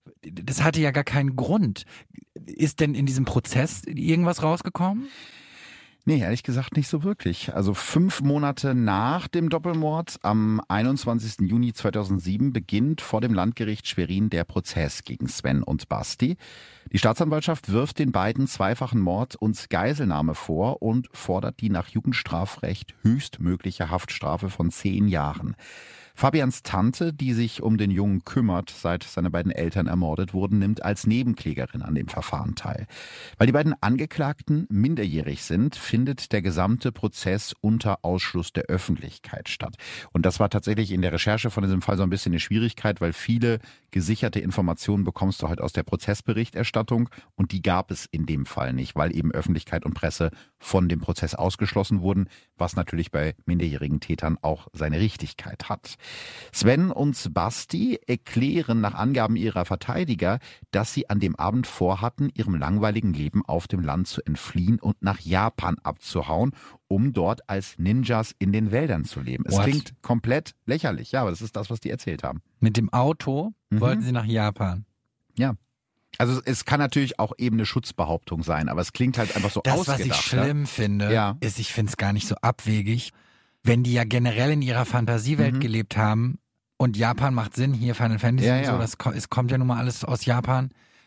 Das hatte ja gar keinen Grund. Ist denn in diesem Prozess irgendwas rausgekommen? Nee, ehrlich gesagt nicht so wirklich. Also 5 Monate nach dem Doppelmord, am 21. Juni 2007, beginnt vor dem Landgericht Schwerin der Prozess gegen Sven und Basti. Die Staatsanwaltschaft wirft den beiden zweifachen Mord und Geiselnahme vor und fordert die nach Jugendstrafrecht höchstmögliche Haftstrafe von 10 Jahren. Fabians Tante, die sich um den Jungen kümmert, seit seine beiden Eltern ermordet wurden, nimmt als Nebenklägerin an dem Verfahren teil. Weil die beiden Angeklagten minderjährig sind, findet der gesamte Prozess unter Ausschluss der Öffentlichkeit statt. Und das war tatsächlich in der Recherche von diesem Fall so ein bisschen eine Schwierigkeit, weil viele gesicherte Informationen bekommst du halt aus der Prozessberichterstattung und die gab es in dem Fall nicht, weil eben Öffentlichkeit und Presse von dem Prozess ausgeschlossen wurden, was natürlich bei minderjährigen Tätern auch seine Richtigkeit hat. Sven und Basti erklären nach Angaben ihrer Verteidiger, dass sie an dem Abend vorhatten, ihrem langweiligen Leben auf dem Land zu entfliehen und nach Japan abzuhauen, um dort als Ninjas in den Wäldern zu leben. Es klingt komplett lächerlich, ja, aber das ist das, was die erzählt haben. Mit dem Auto wollten sie nach Japan? Ja. Also es kann natürlich auch eben eine Schutzbehauptung sein, aber es klingt halt einfach so ausgedacht. Das, was ich schlimm finde, ist, ich finde es gar nicht so abwegig, wenn die ja generell in ihrer Fantasiewelt gelebt haben und Japan macht Sinn, hier Final Fantasy und so, es kommt ja nun mal alles aus Japan.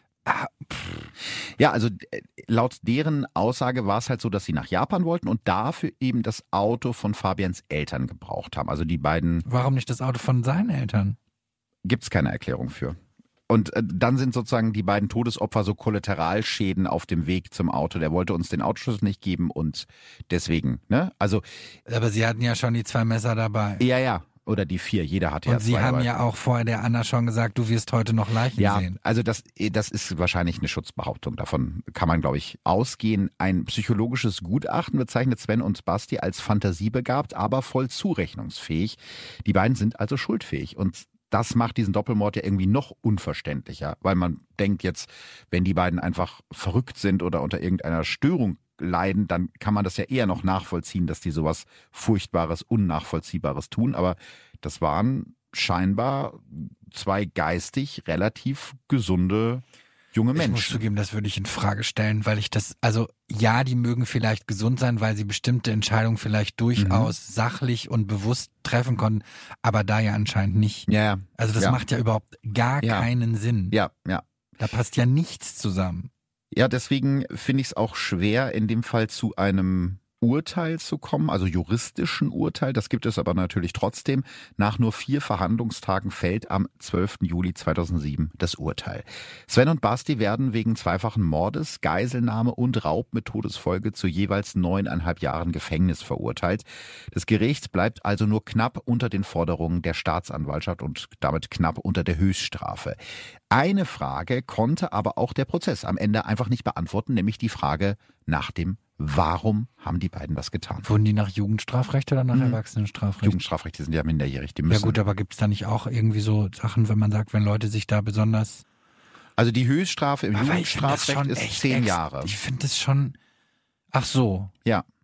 Ja, also laut deren Aussage war es halt so, dass sie nach Japan wollten und dafür eben das Auto von Fabians Eltern gebraucht haben. Also die beiden... Warum nicht das Auto von seinen Eltern? Gibt's keine Erklärung für. Und dann sind sozusagen die beiden Todesopfer so Kollateralschäden auf dem Weg zum Auto. Der wollte uns den Autoschlüssel nicht geben und deswegen, ne? Also. Aber sie hatten ja schon die 2 Messer dabei. Ja. Oder die 4, jeder hatte ja 2. Und sie haben ja auch vorher der Anna schon gesagt, du wirst heute noch Leichen sehen. Ja, also das ist wahrscheinlich eine Schutzbehauptung. Davon kann man, glaube ich, ausgehen. Ein psychologisches Gutachten bezeichnet Sven und Basti als fantasiebegabt, aber voll zurechnungsfähig. Die beiden sind also schuldfähig und das macht diesen Doppelmord ja irgendwie noch unverständlicher, weil man denkt jetzt, wenn die beiden einfach verrückt sind oder unter irgendeiner Störung leiden, dann kann man das ja eher noch nachvollziehen, dass die sowas Furchtbares, Unnachvollziehbares tun. Aber das waren scheinbar 2 geistig relativ gesunde junge Menschen. Ich muss zugeben, das würde ich in Frage stellen, weil ich das, also ja, die mögen vielleicht gesund sein, weil sie bestimmte Entscheidungen vielleicht durchaus sachlich und bewusst treffen konnten, aber da ja anscheinend nicht. Ja. Also das macht ja überhaupt gar keinen Sinn. Ja. Da passt ja nichts zusammen. Ja, deswegen finde ich es auch schwer, in dem Fall zu einem Urteil zu kommen, also juristischen Urteil. Das gibt es aber natürlich trotzdem. Nach nur 4 Verhandlungstagen fällt am 12. Juli 2007 das Urteil. Sven und Basti werden wegen zweifachen Mordes, Geiselnahme und Raub mit Todesfolge zu jeweils 9,5 Jahren Gefängnis verurteilt. Das Gericht bleibt also nur knapp unter den Forderungen der Staatsanwaltschaft und damit knapp unter der Höchststrafe. Eine Frage konnte aber auch der Prozess am Ende einfach nicht beantworten, nämlich die Frage nach dem Warum haben die beiden das getan? Wurden die nach Jugendstrafrecht oder nach Erwachsenenstrafrecht? Jugendstrafrecht, die sind ja minderjährig. Die müssen ja gut, aber gibt es da nicht auch irgendwie so Sachen, wenn man sagt, wenn Leute sich da besonders... Also die Höchststrafe im Jugendstrafrecht ist 10 Jahre. Ich finde das schon... Ach so. Ja.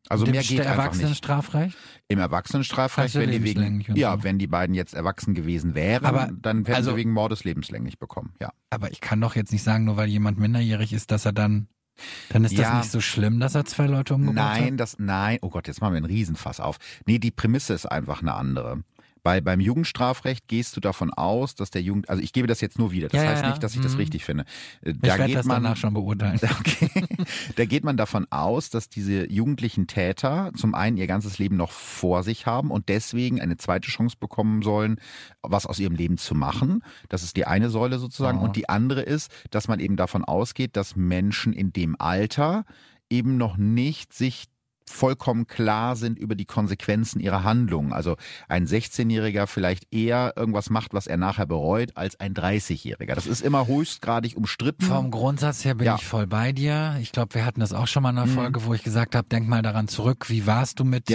Also mehr geht einfach nicht. Erwachsenenstrafrecht? Im Erwachsenenstrafrecht, wenn die beiden jetzt erwachsen gewesen wären, dann hätten sie wegen Mordes lebenslänglich bekommen, ja. Aber ich kann doch jetzt nicht sagen, nur weil jemand minderjährig ist, dass er dann ist das nicht so schlimm, dass er 2 Leute umgebracht hat? Nein, oh Gott, jetzt machen wir einen Riesenfass auf. Nee, die Prämisse ist einfach eine andere. Beim Jugendstrafrecht gehst du davon aus, dass der also ich gebe das jetzt nur wieder, das heißt nicht, dass ich das richtig finde. Ich werde das danach schon beurteilen. Okay. Da geht man davon aus, dass diese jugendlichen Täter zum einen ihr ganzes Leben noch vor sich haben und deswegen eine zweite Chance bekommen sollen, was aus ihrem Leben zu machen. Das ist die eine Säule sozusagen. Und die andere ist, dass man eben davon ausgeht, dass Menschen in dem Alter eben noch nicht sich vollkommen klar sind über die Konsequenzen ihrer Handlungen. Also ein 16-Jähriger vielleicht eher irgendwas macht, was er nachher bereut, als ein 30-Jähriger. Das ist immer höchstgradig umstritten. Vom Grundsatz her bin ich voll bei dir. Ich glaube, wir hatten das auch schon mal in einer Folge, wo ich gesagt habe, denk mal daran zurück, wie warst du mit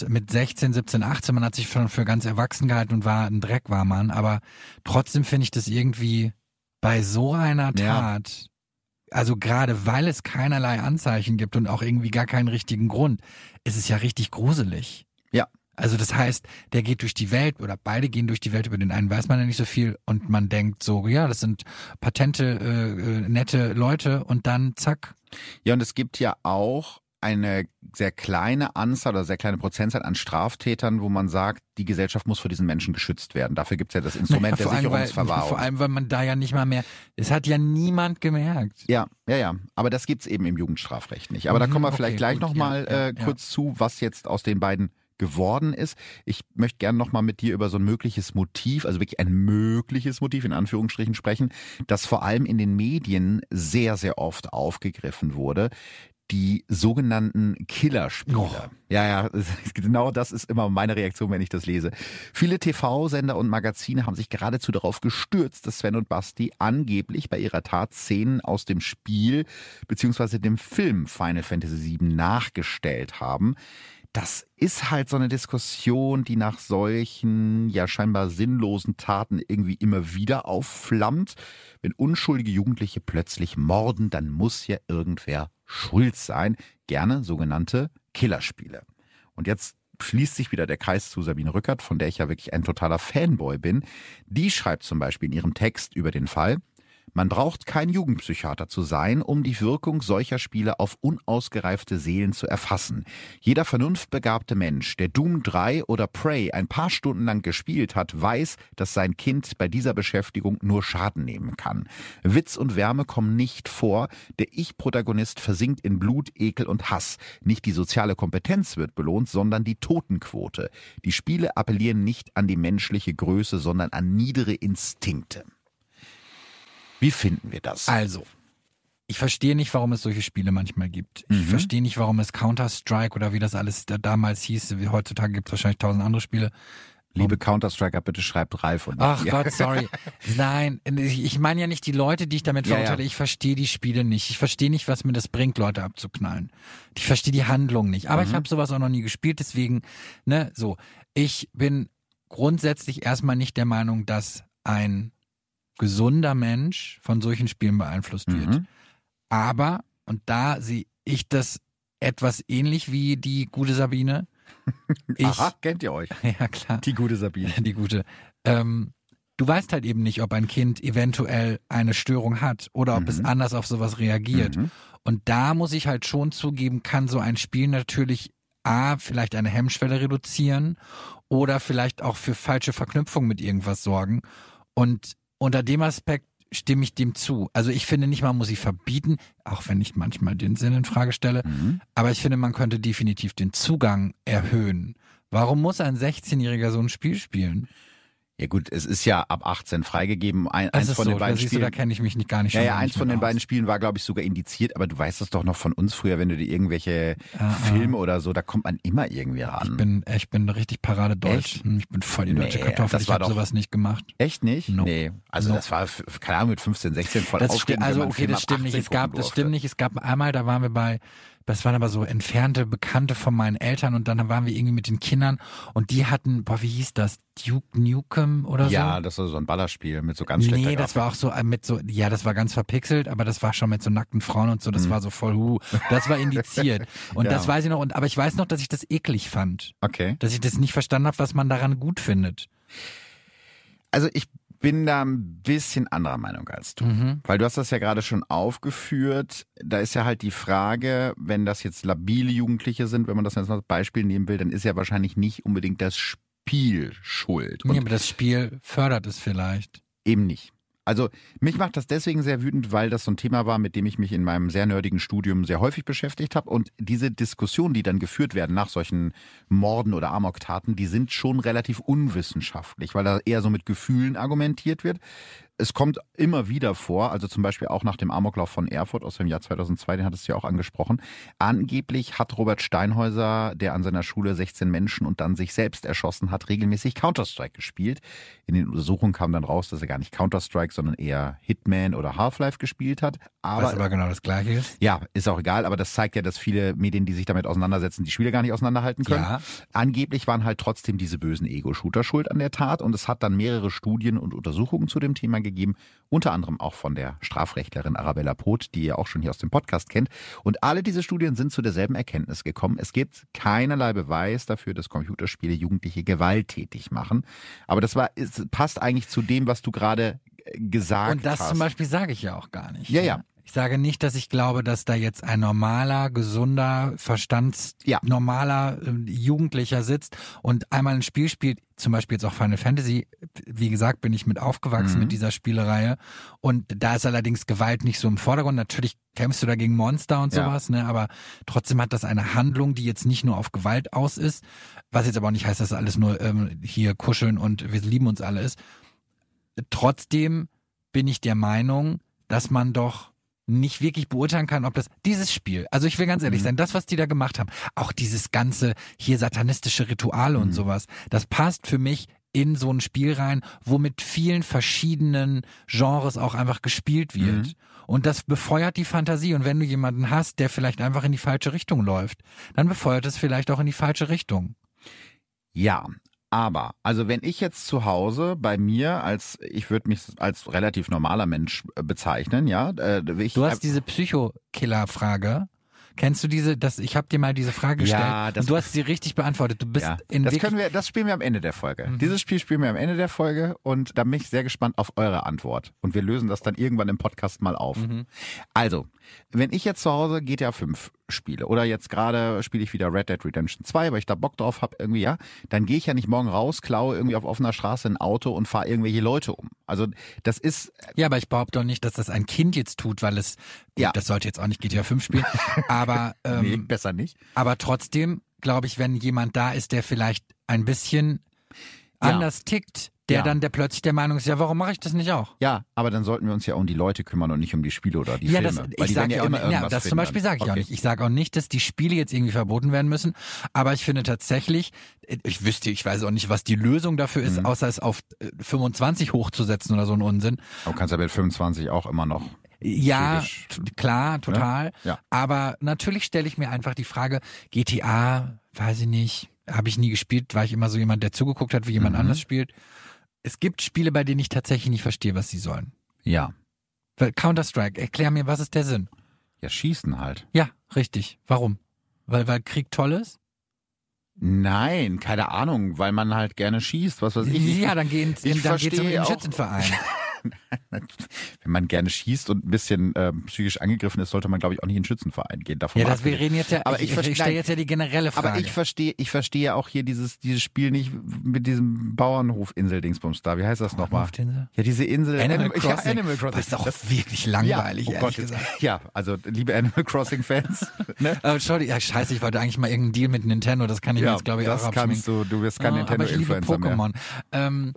16, 17, 18? Man hat sich schon für ganz erwachsen gehalten und war ein Dreck, war man. Aber trotzdem finde ich das irgendwie bei so einer Tat... Also gerade weil es keinerlei Anzeichen gibt und auch irgendwie gar keinen richtigen Grund, ist es ja richtig gruselig. Ja. Also das heißt, der geht durch die Welt oder beide gehen durch die Welt, über den einen weiß man ja nicht so viel und man denkt so, ja, das sind patente, nette Leute und dann zack. Ja, und es gibt ja auch eine sehr kleine Anzahl oder sehr kleine Prozentzahl an Straftätern, wo man sagt, die Gesellschaft muss vor diesen Menschen geschützt werden. Dafür gibt's ja das Instrument der Sicherungsverwahrung. Vor allem, weil man da ja nicht mal mehr, es hat ja niemand gemerkt. Ja. Aber das gibt's eben im Jugendstrafrecht nicht. Aber da kommen wir vielleicht gleich nochmal kurz zu, was jetzt aus den beiden geworden ist. Ich möchte gerne nochmal mit dir über so ein mögliches Motiv, also wirklich ein mögliches Motiv in Anführungsstrichen sprechen, das vor allem in den Medien sehr, sehr oft aufgegriffen wurde. Die sogenannten Killerspiele. Oh. Ja, genau das ist immer meine Reaktion, wenn ich das lese. Viele TV-Sender und Magazine haben sich geradezu darauf gestürzt, dass Sven und Basti angeblich bei ihrer Tat Szenen aus dem Spiel bzw. dem Film Final Fantasy VII nachgestellt haben. Das ist halt so eine Diskussion, die nach solchen, ja scheinbar sinnlosen Taten irgendwie immer wieder aufflammt. Wenn unschuldige Jugendliche plötzlich morden, dann muss ja irgendwer schuld sein. Gerne sogenannte Killerspiele. Und jetzt schließt sich wieder der Kreis zu Sabine Rückert, von der ich ja wirklich ein totaler Fanboy bin. Die schreibt zum Beispiel in ihrem Text über den Fall: Man braucht kein Jugendpsychiater zu sein, um die Wirkung solcher Spiele auf unausgereifte Seelen zu erfassen. Jeder vernunftbegabte Mensch, der Doom 3 oder Prey ein paar Stunden lang gespielt hat, weiß, dass sein Kind bei dieser Beschäftigung nur Schaden nehmen kann. Witz und Wärme kommen nicht vor, der Ich-Protagonist versinkt in Blut, Ekel und Hass. Nicht die soziale Kompetenz wird belohnt, sondern die Totenquote. Die Spiele appellieren nicht an die menschliche Größe, sondern an niedere Instinkte. Wie finden wir das? Also, ich verstehe nicht, warum es solche Spiele manchmal gibt. Ich verstehe nicht, warum es Counter-Strike oder wie das alles damals hieß. Heutzutage gibt es wahrscheinlich 1000 andere Spiele. Liebe Counter-Striker, bitte schreibt Ralf und Ach Gott, sorry. Nein, ich meine ja nicht die Leute, die ich damit verurteile. Ich verstehe die Spiele nicht. Ich verstehe nicht, was mir das bringt, Leute abzuknallen. Ich verstehe die Handlung nicht. Aber ich habe sowas auch noch nie gespielt, deswegen, so. Ich bin grundsätzlich erstmal nicht der Meinung, dass ein gesunder Mensch von solchen Spielen beeinflusst wird. Aber, und da sehe ich das etwas ähnlich wie die gute Sabine. Aha, kennt ihr euch? Ja, klar. Die gute Sabine. Die gute. Du weißt halt eben nicht, ob ein Kind eventuell eine Störung hat oder ob es anders auf sowas reagiert. Und da muss ich halt schon zugeben, kann so ein Spiel natürlich vielleicht eine Hemmschwelle reduzieren oder vielleicht auch für falsche Verknüpfungen mit irgendwas sorgen. Und unter dem Aspekt stimme ich dem zu. Also ich finde nicht, man muss sie verbieten, auch wenn ich manchmal den Sinn in Frage stelle. Aber ich finde, man könnte definitiv den Zugang erhöhen. Warum muss ein 16-Jähriger so ein Spiel spielen? Ja gut, es ist ja ab 18 freigegeben. Eins von den beiden Spielen. Da kenne ich mich gar nicht. Ja, eins von den beiden Spielen war, glaube ich, sogar indiziert. Aber du weißt das doch noch von uns früher, wenn du dir irgendwelche Filme oder so, da kommt man immer irgendwie ran. Ich bin richtig Paradedeutsch. Ich bin voll die deutsche Kartoffel. Ich habe sowas nicht gemacht. Echt nicht? No. Nee. Also das war, keine Ahnung, mit 15, 16 voll aufregend. Das stimmt nicht. Es gab einmal, da waren wir bei das waren aber so entfernte Bekannte von meinen Eltern und dann waren wir irgendwie mit den Kindern und die hatten, wie hieß das? Duke Nukem oder so? Ja, das war so ein Ballerspiel mit so ganz schlechter Nee, das war auch so das war ganz verpixelt, aber das war schon mit so nackten Frauen und so, das war so voll, das war indiziert. Und das weiß ich noch, aber ich weiß noch, dass ich das eklig fand. Okay. Dass ich das nicht verstanden habe, was man daran gut findet. Also ich bin da ein bisschen anderer Meinung als du. Weil du hast das ja gerade schon aufgeführt. Da ist ja halt die Frage, wenn das jetzt labile Jugendliche sind, wenn man das jetzt als Beispiel nehmen will, dann ist ja wahrscheinlich nicht unbedingt das Spiel schuld. Nee, aber das Spiel fördert es vielleicht. Eben nicht. Also mich macht das deswegen sehr wütend, weil das so ein Thema war, mit dem ich mich in meinem sehr nerdigen Studium sehr häufig beschäftigt habe. Und diese Diskussionen, die dann geführt werden nach solchen Morden oder Amoktaten, die sind schon relativ unwissenschaftlich, weil da eher so mit Gefühlen argumentiert wird. Es kommt immer wieder vor, also zum Beispiel auch nach dem Amoklauf von Erfurt aus dem Jahr 2002, den hattest du ja auch angesprochen. Angeblich hat Robert Steinhäuser, der an seiner Schule 16 Menschen und dann sich selbst erschossen hat, regelmäßig Counter-Strike gespielt. In den Untersuchungen kam dann raus, dass er gar nicht Counter-Strike, sondern eher Hitman oder Half-Life gespielt hat. Was aber genau das Gleiche ist. Ja, ist auch egal, aber das zeigt ja, dass viele Medien, die sich damit auseinandersetzen, die Spiele gar nicht auseinanderhalten können. Ja. Angeblich waren halt trotzdem diese bösen Ego-Shooter schuld an der Tat und es hat dann mehrere Studien und Untersuchungen zu dem Thema gegeben, unter anderem auch von der Strafrechtlerin Arabella Poth, die ihr auch schon hier aus dem Podcast kennt. Und alle diese Studien sind zu derselben Erkenntnis gekommen. Es gibt keinerlei Beweis dafür, dass Computerspiele Jugendliche gewalttätig machen. Aber es passt eigentlich zu dem, was du gerade gesagt hast. Und das zum Beispiel sage ich ja auch gar nicht. Ja. Ich sage nicht, dass ich glaube, dass da jetzt ein normaler, gesunder, normaler Jugendlicher sitzt und einmal ein Spiel spielt, zum Beispiel jetzt auch Final Fantasy. Wie gesagt, bin ich mit aufgewachsen mit dieser Spielereihe. Und da ist allerdings Gewalt nicht so im Vordergrund. Natürlich kämpfst du da gegen Monster und sowas, ne? Aber trotzdem hat das eine Handlung, die jetzt nicht nur auf Gewalt aus ist. Was jetzt aber auch nicht heißt, dass alles nur hier kuscheln und wir lieben uns alle ist. Trotzdem bin ich der Meinung, dass man doch nicht wirklich beurteilen kann, ob dieses Spiel, also ich will ganz ehrlich sein, das, was die da gemacht haben, auch dieses ganze hier satanistische Rituale und sowas, das passt für mich in so ein Spiel rein, wo mit vielen verschiedenen Genres auch einfach gespielt wird. Und das befeuert die Fantasie. Und wenn du jemanden hast, der vielleicht einfach in die falsche Richtung läuft, dann befeuert es vielleicht auch in die falsche Richtung. Ja, aber, also wenn ich jetzt zu Hause bei mir ich würde mich als relativ normaler Mensch bezeichnen, ja. Du hast diese Psychokiller-Frage. Kennst du ich habe dir mal diese Frage gestellt und du hast sie richtig beantwortet. Du bist das spielen wir am Ende der Folge. Dieses Spiel spielen wir am Ende der Folge und da bin ich sehr gespannt auf eure Antwort. Und wir lösen das dann irgendwann im Podcast mal auf. Also, wenn ich jetzt zu Hause GTA 5 spiele oder jetzt gerade spiele ich wieder Red Dead Redemption 2, weil ich da Bock drauf habe irgendwie, dann gehe ich ja nicht morgen raus, klaue irgendwie auf offener Straße ein Auto und fahre irgendwelche Leute um. Also das ist... Ja, aber ich behaupte doch nicht, dass das ein Kind jetzt tut, weil es... Gut, das sollte jetzt auch nicht GTA 5 spielen, aber... nee, besser nicht. Aber trotzdem, glaube ich, wenn jemand da ist, der vielleicht ein bisschen anders tickt, der plötzlich der Meinung ist, ja, warum mache ich das nicht auch? Ja, aber dann sollten wir uns ja um die Leute kümmern und nicht um die Spiele oder die Filme. Weil die sage ja immer irgendwas das zum Beispiel sage ich auch nicht. Ich sage auch nicht, dass die Spiele jetzt irgendwie verboten werden müssen, aber ich finde tatsächlich, ich weiß auch nicht, was die Lösung dafür ist, außer es auf 25 hochzusetzen oder so ein Unsinn. Aber du kannst ja mit 25 auch immer noch... Ja, klar, total. Ja. Aber natürlich stelle ich mir einfach die Frage, GTA, weiß ich nicht, habe ich nie gespielt, war ich immer so jemand, der zugeguckt hat, wie jemand anders spielt. Es gibt Spiele, bei denen ich tatsächlich nicht verstehe, was sie sollen. Ja. Counter-Strike, erklär mir, was ist der Sinn? Ja, schießen halt. Ja, richtig. Warum? Weil Krieg toll ist? Nein, keine Ahnung, weil man halt gerne schießt, was weiß ich. Ja, dann geht's in den Schützenverein. Wenn man gerne schießt und ein bisschen psychisch angegriffen ist, sollte man, glaube ich, auch nicht in den Schützenverein gehen. Davon wir reden jetzt ja, aber ich stelle jetzt ja die generelle Frage. Aber ich verstehe ja auch hier dieses Spiel nicht mit diesem Bauernhof-Insel-Dingsbums da. Wie heißt das nochmal? Ja, diese Insel. Animal Crossing. Das ist auch wirklich langweilig, ehrlich gesagt. Ja, also liebe Animal Crossing-Fans. Ne? Scheiße, ich wollte eigentlich mal irgendeinen Deal mit Nintendo, das kann ich mir jetzt, glaube ich, auch abschminken. Das kannst du wirst kein Nintendo-Influencer mehr. Aber ich liebe Pokémon.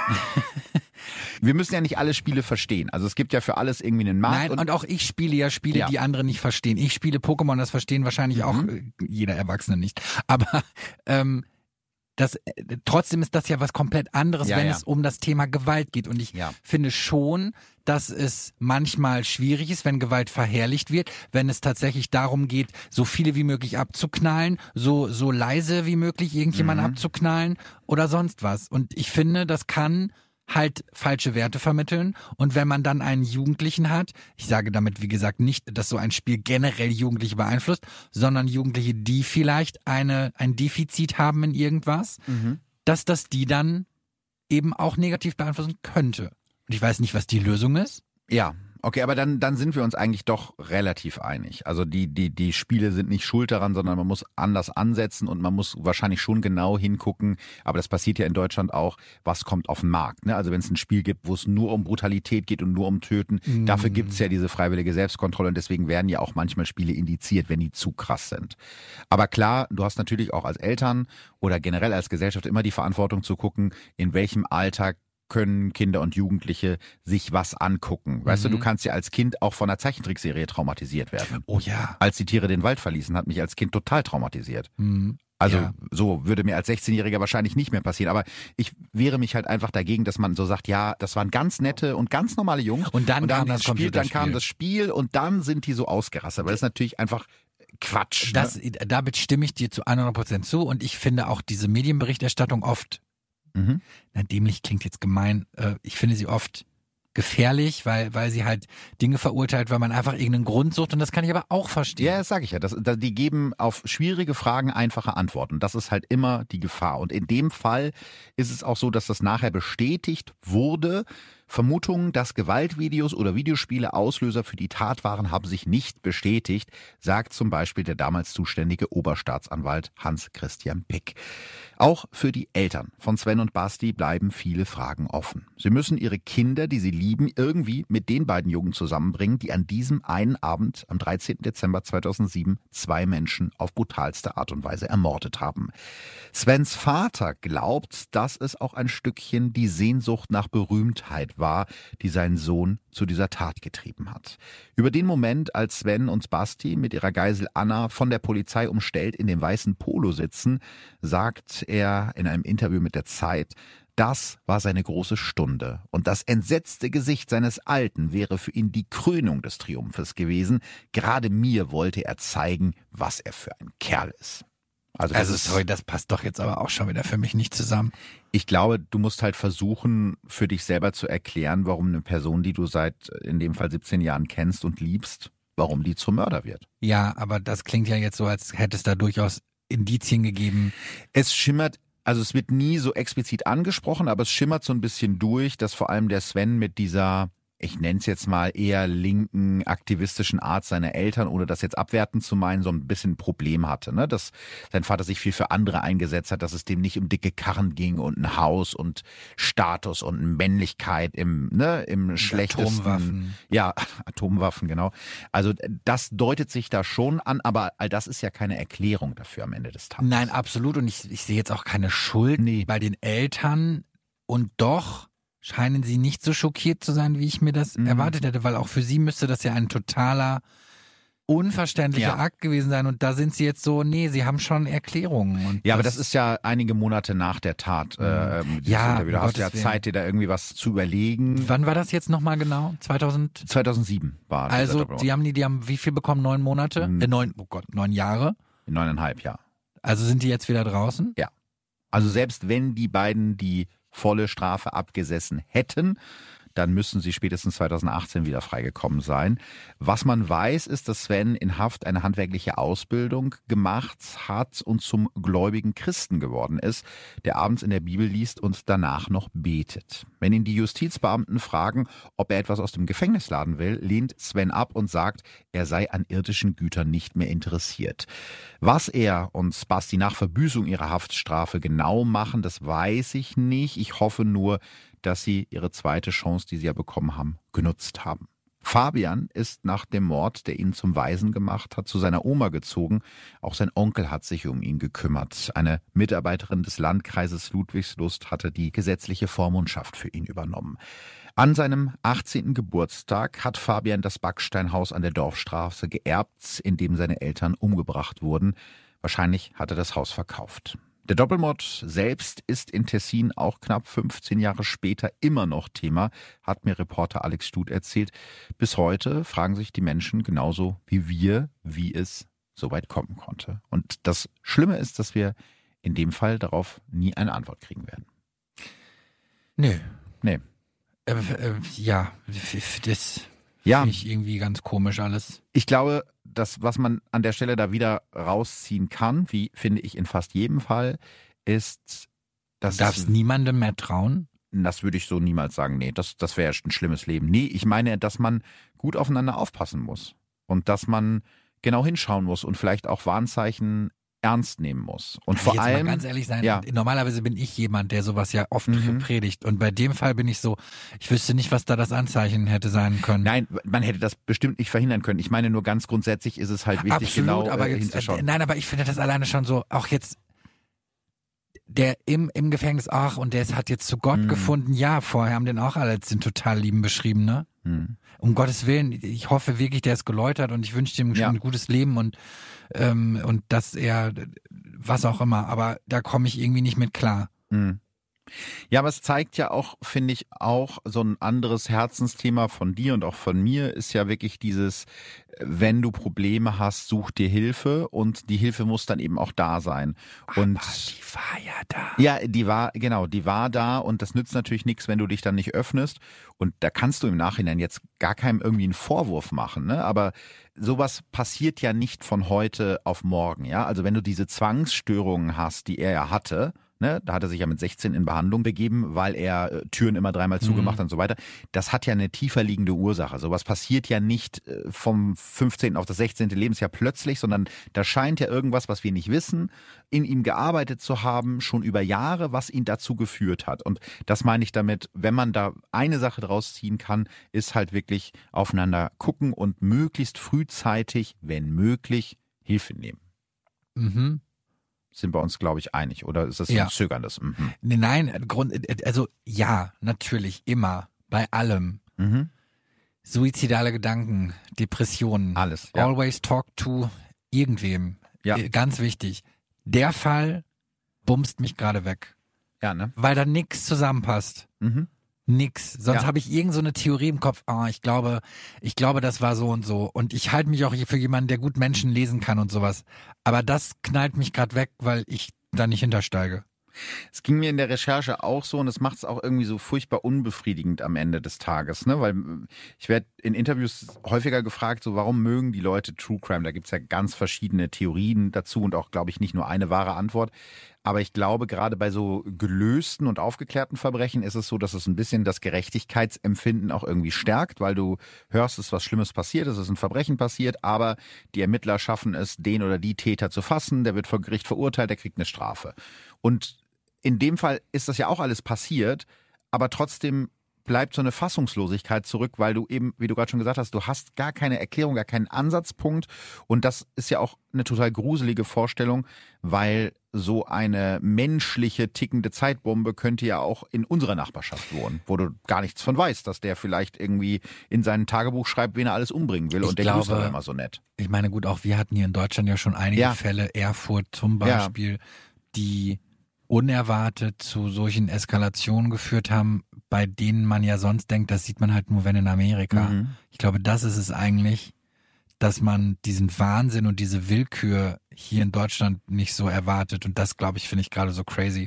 Wir müssen ja nicht alle Spiele verstehen. Also es gibt ja für alles irgendwie einen Markt. Nein, und auch ich spiele ja Spiele, die andere nicht verstehen. Ich spiele Pokémon, das verstehen wahrscheinlich auch jeder Erwachsene nicht. Aber trotzdem ist das ja was komplett anderes, wenn es um das Thema Gewalt geht. Und ich finde schon, dass es manchmal schwierig ist, wenn Gewalt verherrlicht wird, wenn es tatsächlich darum geht, so viele wie möglich abzuknallen, so leise wie möglich irgendjemanden abzuknallen oder sonst was. Und ich finde, das kann halt falsche Werte vermitteln. Und wenn man dann einen Jugendlichen hat, ich sage damit, wie gesagt, nicht, dass so ein Spiel generell Jugendliche beeinflusst, sondern Jugendliche, die vielleicht ein Defizit haben in irgendwas, dass das die dann eben auch negativ beeinflussen könnte. Und ich weiß nicht, was die Lösung ist. Ja. Okay, aber dann sind wir uns eigentlich doch relativ einig. Also die Spiele sind nicht schuld daran, sondern man muss anders ansetzen und man muss wahrscheinlich schon genau hingucken, aber das passiert ja in Deutschland auch, was kommt auf den Markt. Ne? Also wenn es ein Spiel gibt, wo es nur um Brutalität geht und nur um Töten, dafür gibt es ja diese freiwillige Selbstkontrolle und deswegen werden ja auch manchmal Spiele indiziert, wenn die zu krass sind. Aber klar, du hast natürlich auch als Eltern oder generell als Gesellschaft immer die Verantwortung zu gucken, in welchem Alltag können Kinder und Jugendliche sich was angucken. Weißt du kannst ja als Kind auch von einer Zeichentrickserie traumatisiert werden. Oh ja. Als die Tiere den Wald verließen, hat mich als Kind total traumatisiert. Also so würde mir als 16-Jähriger wahrscheinlich nicht mehr passieren. Aber ich wehre mich halt einfach dagegen, dass man so sagt, ja, das waren ganz nette und ganz normale Jungs. Und dann kam das Spiel, dann kam das Spiel und dann sind die so ausgerastet. Weil das ist natürlich einfach Quatsch. Damit stimme ich dir zu 100% zu. Und ich finde auch diese Medienberichterstattung oft dämlich klingt jetzt gemein. Ich finde sie oft gefährlich, weil sie halt Dinge verurteilt, weil man einfach irgendeinen Grund sucht und das kann ich aber auch verstehen. Ja, das sage ich ja. Die geben auf schwierige Fragen einfache Antworten. Das ist halt immer die Gefahr. Und in dem Fall ist es auch so, dass das nachher bestätigt wurde. Vermutungen, dass Gewaltvideos oder Videospiele Auslöser für die Tat waren, haben sich nicht bestätigt, sagt zum Beispiel der damals zuständige Oberstaatsanwalt Hans-Christian Pick. Auch für die Eltern von Sven und Basti bleiben viele Fragen offen. Sie müssen ihre Kinder, die sie lieben, irgendwie mit den beiden Jungen zusammenbringen, die an diesem einen Abend am 13. Dezember 2007 2 Menschen auf brutalste Art und Weise ermordet haben. Svens Vater glaubt, dass es auch ein Stückchen die Sehnsucht nach Berühmtheit war, die seinen Sohn zu dieser Tat getrieben hat. Über den Moment, als Sven und Basti mit ihrer Geisel Anna von der Polizei umstellt in dem weißen Polo sitzen, sagt er in einem Interview mit der Zeit, das war seine große Stunde und das entsetzte Gesicht seines Alten wäre für ihn die Krönung des Triumphes gewesen. Gerade mir wollte er zeigen, was er für ein Kerl ist. Also sorry, das passt doch jetzt aber auch schon wieder für mich nicht zusammen. Ich glaube, du musst halt versuchen, für dich selber zu erklären, warum eine Person, die du seit in dem Fall 17 Jahren kennst und liebst, warum die zum Mörder wird. Ja, aber das klingt ja jetzt so, als hätte es da durchaus Indizien gegeben. Es schimmert, also es wird nie so explizit angesprochen, aber es schimmert so ein bisschen durch, dass vor allem der Sven mit dieser, ich nenne es jetzt mal eher linken, aktivistischen Art seiner Eltern, ohne das jetzt abwertend zu meinen, so ein bisschen ein Problem hatte, ne? Dass sein Vater sich viel für andere eingesetzt hat, dass es dem nicht um dicke Karren ging und ein Haus und Status und Männlichkeit im schlechtesten. Atomwaffen. Ja, Atomwaffen, genau. Also das deutet sich da schon an, aber all das ist ja keine Erklärung dafür am Ende des Tages. Nein, absolut. Und ich sehe jetzt auch keine Schuld bei den Eltern und doch scheinen sie nicht so schockiert zu sein, wie ich mir das erwartet hätte, weil auch für sie müsste das ja ein totaler, unverständlicher Akt gewesen sein und da sind sie jetzt so, nee, sie haben schon Erklärungen. Und aber das ist ja einige Monate nach der Tat. Du hast ja Zeit, dir da irgendwie was zu überlegen. Wann war das jetzt nochmal genau? 2007 war das. Also, die haben wie viel bekommen? 9 Monate? 9 Jahre? 9,5, ja. Also sind die jetzt wieder draußen? Ja. Also selbst wenn die beiden die volle Strafe abgesessen hätten, dann müssen sie spätestens 2018 wieder freigekommen sein. Was man weiß, ist, dass Sven in Haft eine handwerkliche Ausbildung gemacht hat und zum gläubigen Christen geworden ist, der abends in der Bibel liest und danach noch betet. Wenn ihn die Justizbeamten fragen, ob er etwas aus dem Gefängnis laden will, lehnt Sven ab und sagt, er sei an irdischen Gütern nicht mehr interessiert. Was er und Basti nach Verbüßung ihrer Haftstrafe genau machen, das weiß ich nicht. Ich hoffe nur, dass sie ihre zweite Chance, die sie ja bekommen haben, genutzt haben. Fabian ist nach dem Mord, der ihn zum Waisen gemacht hat, zu seiner Oma gezogen. Auch sein Onkel hat sich um ihn gekümmert. Eine Mitarbeiterin des Landkreises Ludwigslust hatte die gesetzliche Vormundschaft für ihn übernommen. An seinem 18. Geburtstag hat Fabian das Backsteinhaus an der Dorfstraße geerbt, in dem seine Eltern umgebracht wurden. Wahrscheinlich hat er das Haus verkauft. Der Doppelmord selbst ist in Tessin auch knapp 15 Jahre später immer noch Thema, hat mir Reporter Alex Stut erzählt. Bis heute fragen sich die Menschen genauso wie wir, wie es so weit kommen konnte. Und das Schlimme ist, dass wir in dem Fall darauf nie eine Antwort kriegen werden. Nö. Nee. Ja, das finde ich irgendwie ganz komisch alles. Ich glaube, das, was man an der Stelle da wieder rausziehen kann, wie finde ich in fast jedem Fall, ist, dass... Du darfst niemandem mehr trauen? Das würde ich so niemals sagen. Nee, das wäre ein schlimmes Leben. Nee, ich meine, dass man gut aufeinander aufpassen muss. Und dass man genau hinschauen muss und vielleicht auch Warnzeichen ernst nehmen muss. Und vor allem, mal ganz ehrlich sein, normalerweise bin ich jemand, der sowas ja oft predigt. Und bei dem Fall bin ich so, ich wüsste nicht, was da das Anzeichen hätte sein können. Nein, man hätte das bestimmt nicht verhindern können. Ich meine, nur ganz grundsätzlich ist es halt wichtig, absolut, aber hinzuschauen. Nein, aber ich finde das alleine schon so, auch jetzt der im Gefängnis, und der hat jetzt zu Gott gefunden. Ja, vorher haben den auch alle als den total Lieben beschrieben, ne? Um Gottes Willen, ich hoffe wirklich, der ist geläutert und ich wünsche ihm ein gutes Leben und dass er, was auch immer, aber da komme ich irgendwie nicht mit klar. Ja, aber es zeigt ja auch, finde ich, auch so ein anderes Herzensthema von dir und auch von mir ist ja wirklich dieses, wenn du Probleme hast, such dir Hilfe und die Hilfe muss dann eben auch da sein. Und aber die war ja da. Ja, die war da und das nützt natürlich nichts, wenn du dich dann nicht öffnest und da kannst du im Nachhinein jetzt gar keinem irgendwie einen Vorwurf machen, ne? Aber sowas passiert ja nicht von heute auf morgen, ja? Also wenn du diese Zwangsstörungen hast, die er ja hatte, ne, da hat er sich ja mit 16 in Behandlung begeben, weil er Türen immer 3-mal zugemacht hat und so weiter. Das hat ja eine tiefer liegende Ursache. Sowas passiert ja nicht vom 15. auf das 16. Lebensjahr plötzlich, sondern da scheint ja irgendwas, was wir nicht wissen, in ihm gearbeitet zu haben, schon über Jahre, was ihn dazu geführt hat. Und das meine ich damit, wenn man da eine Sache draus ziehen kann, ist halt wirklich aufeinander gucken und möglichst frühzeitig, wenn möglich, Hilfe nehmen. Sind wir uns, glaube ich, einig. Oder ist das ein zögerndes? Nein, also ja, natürlich, immer, bei allem. Suizidale Gedanken, Depressionen. Alles. Ja. Always talk to irgendwem. Ja. Ganz wichtig. Der Fall bumst mich gerade weg. Ja, ne? Weil da nichts zusammenpasst. Nix. Sonst habe ich irgend so eine Theorie im Kopf, ich glaube, das war so und so. Und ich halte mich auch für jemanden, der gut Menschen lesen kann und sowas. Aber das knallt mich gerade weg, weil ich da nicht hintersteige. Es ging mir in der Recherche auch so und es macht es auch irgendwie so furchtbar unbefriedigend am Ende des Tages, ne? Weil ich werde in Interviews häufiger gefragt, so warum mögen die Leute True Crime? Da gibt's ja ganz verschiedene Theorien dazu und auch, glaube ich, nicht nur eine wahre Antwort. Aber ich glaube, gerade bei so gelösten und aufgeklärten Verbrechen ist es so, dass es ein bisschen das Gerechtigkeitsempfinden auch irgendwie stärkt, weil du hörst, es ist was Schlimmes passiert, es ist ein Verbrechen passiert, aber die Ermittler schaffen es, den oder die Täter zu fassen, der wird vor Gericht verurteilt, der kriegt eine Strafe. Und in dem Fall ist das ja auch alles passiert, aber trotzdem bleibt so eine Fassungslosigkeit zurück, weil du eben, wie du gerade schon gesagt hast, du hast gar keine Erklärung, gar keinen Ansatzpunkt und das ist ja auch eine total gruselige Vorstellung, weil so eine menschliche tickende Zeitbombe könnte ja auch in unserer Nachbarschaft wohnen, wo du gar nichts von weißt, dass der vielleicht irgendwie in seinem Tagebuch schreibt, wen er alles umbringen will und der grüßt aber immer so nett. Ich meine, gut, auch wir hatten hier in Deutschland ja schon einige Fälle, Erfurt zum Beispiel, die unerwartet zu solchen Eskalationen geführt haben, bei denen man ja sonst denkt, das sieht man halt nur, wenn in Amerika. Ich glaube, das ist es eigentlich, dass man diesen Wahnsinn und diese Willkür hier in Deutschland nicht so erwartet. Und das, glaube ich, finde ich gerade so crazy.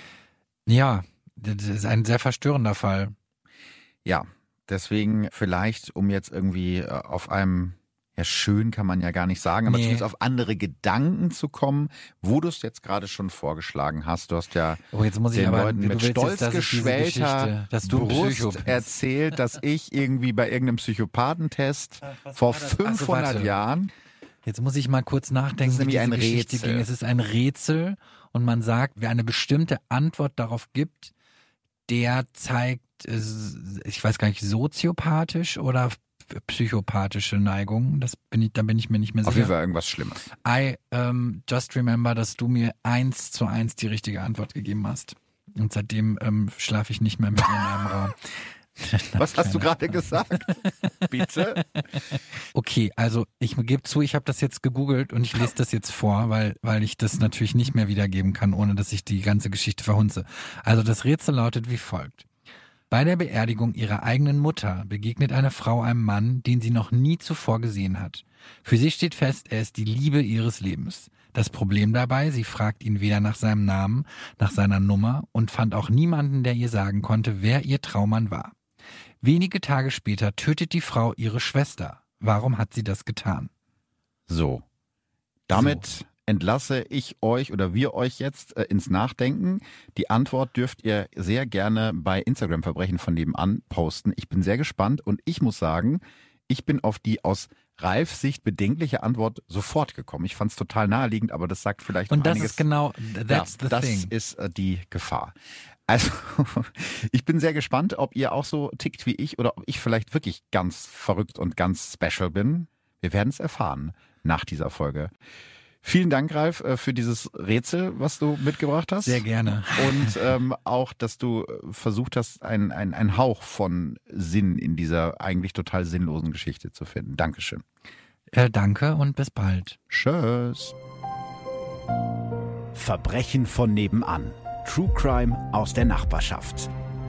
Ja, das ist ein sehr verstörender Fall. Ja, deswegen vielleicht, um jetzt irgendwie auf einem, ja schön kann man ja gar nicht sagen, aber zumindest auf andere Gedanken zu kommen, wo du es jetzt gerade schon vorgeschlagen hast. Du hast ja jetzt muss ich den aber, Leuten mit stolz geschwellter Brust erzählt, dass ich irgendwie bei irgendeinem Psychopathentest vor 500 Jahren... Jetzt muss ich mal kurz nachdenken, wie diese Geschichte ging. Es ist ein Rätsel und man sagt, wer eine bestimmte Antwort darauf gibt, der zeigt, ich weiß gar nicht, soziopathisch oder psychopathische Neigungen. Da bin ich mir nicht mehr sicher. Auf jeden Fall irgendwas Schlimmes. I just remember, dass du mir 1:1 die richtige Antwort gegeben hast. Und seitdem schlafe ich nicht mehr mit dir in einem Raum. Was hast du gerade gesagt? Bitte? Okay, also ich gebe zu, ich habe das jetzt gegoogelt und ich lese das jetzt vor, weil ich das natürlich nicht mehr wiedergeben kann, ohne dass ich die ganze Geschichte verhunze. Also das Rätsel lautet wie folgt. Bei der Beerdigung ihrer eigenen Mutter begegnet eine Frau einem Mann, den sie noch nie zuvor gesehen hat. Für sie steht fest, er ist die Liebe ihres Lebens. Das Problem dabei, sie fragt ihn weder nach seinem Namen, nach seiner Nummer und fand auch niemanden, der ihr sagen konnte, wer ihr Traummann war. Wenige Tage später tötet die Frau ihre Schwester. Warum hat sie das getan? So, damit entlasse ich euch oder wir euch jetzt ins Nachdenken. Die Antwort dürft ihr sehr gerne bei Instagram Verbrechen von nebenan posten. Ich bin sehr gespannt und ich muss sagen, ich bin auf die aus Ralfs Sicht bedenkliche Antwort sofort gekommen. Ich fand es total naheliegend, aber das sagt vielleicht und noch das einiges. Ist genau, that's the das thing. ist die Gefahr. Also, ich bin sehr gespannt, ob ihr auch so tickt wie ich oder ob ich vielleicht wirklich ganz verrückt und ganz special bin. Wir werden es erfahren nach dieser Folge. Vielen Dank, Ralf, für dieses Rätsel, was du mitgebracht hast. Sehr gerne. Und auch, dass du versucht hast, einen Hauch von Sinn in dieser eigentlich total sinnlosen Geschichte zu finden. Dankeschön. Danke und bis bald. Tschüss. Verbrechen von nebenan. True Crime aus der Nachbarschaft.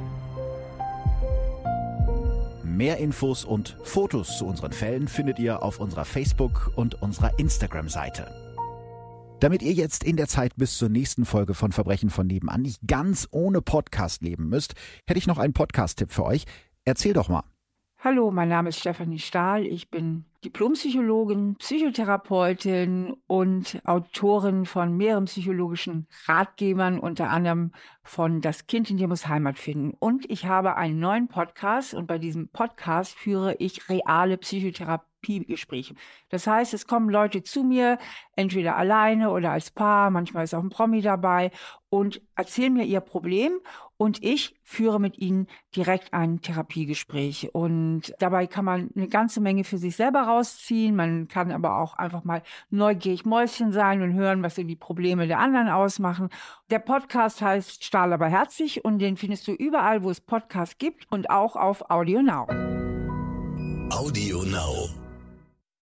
Mehr Infos und Fotos zu unseren Fällen findet ihr auf unserer Facebook- und unserer Instagram-Seite. Damit ihr jetzt in der Zeit bis zur nächsten Folge von Verbrechen von nebenan nicht ganz ohne Podcast leben müsst, hätte ich noch einen Podcast-Tipp für euch. Erzähl doch mal. Hallo, mein Name ist Stefanie Stahl. Ich bin Diplompsychologin, Psychotherapeutin und Autorin von mehreren psychologischen Ratgebern, unter anderem von Das Kind in dir muss Heimat finden. Und ich habe einen neuen Podcast und bei diesem Podcast führe ich reale Psychotherapiegespräche. Das heißt, es kommen Leute zu mir, entweder alleine oder als Paar, manchmal ist auch ein Promi dabei und erzählen mir ihr Problem und ich führe mit ihnen direkt ein Therapiegespräch. Und dabei kann man eine ganze Menge für sich selber rausziehen. Man kann aber auch einfach mal neugierig Mäuschen sein und hören, was so die Probleme der anderen ausmachen. Der Podcast heißt Stahl aber herzlich und den findest du überall, wo es Podcasts gibt und auch auf Audio Now. Audio Now.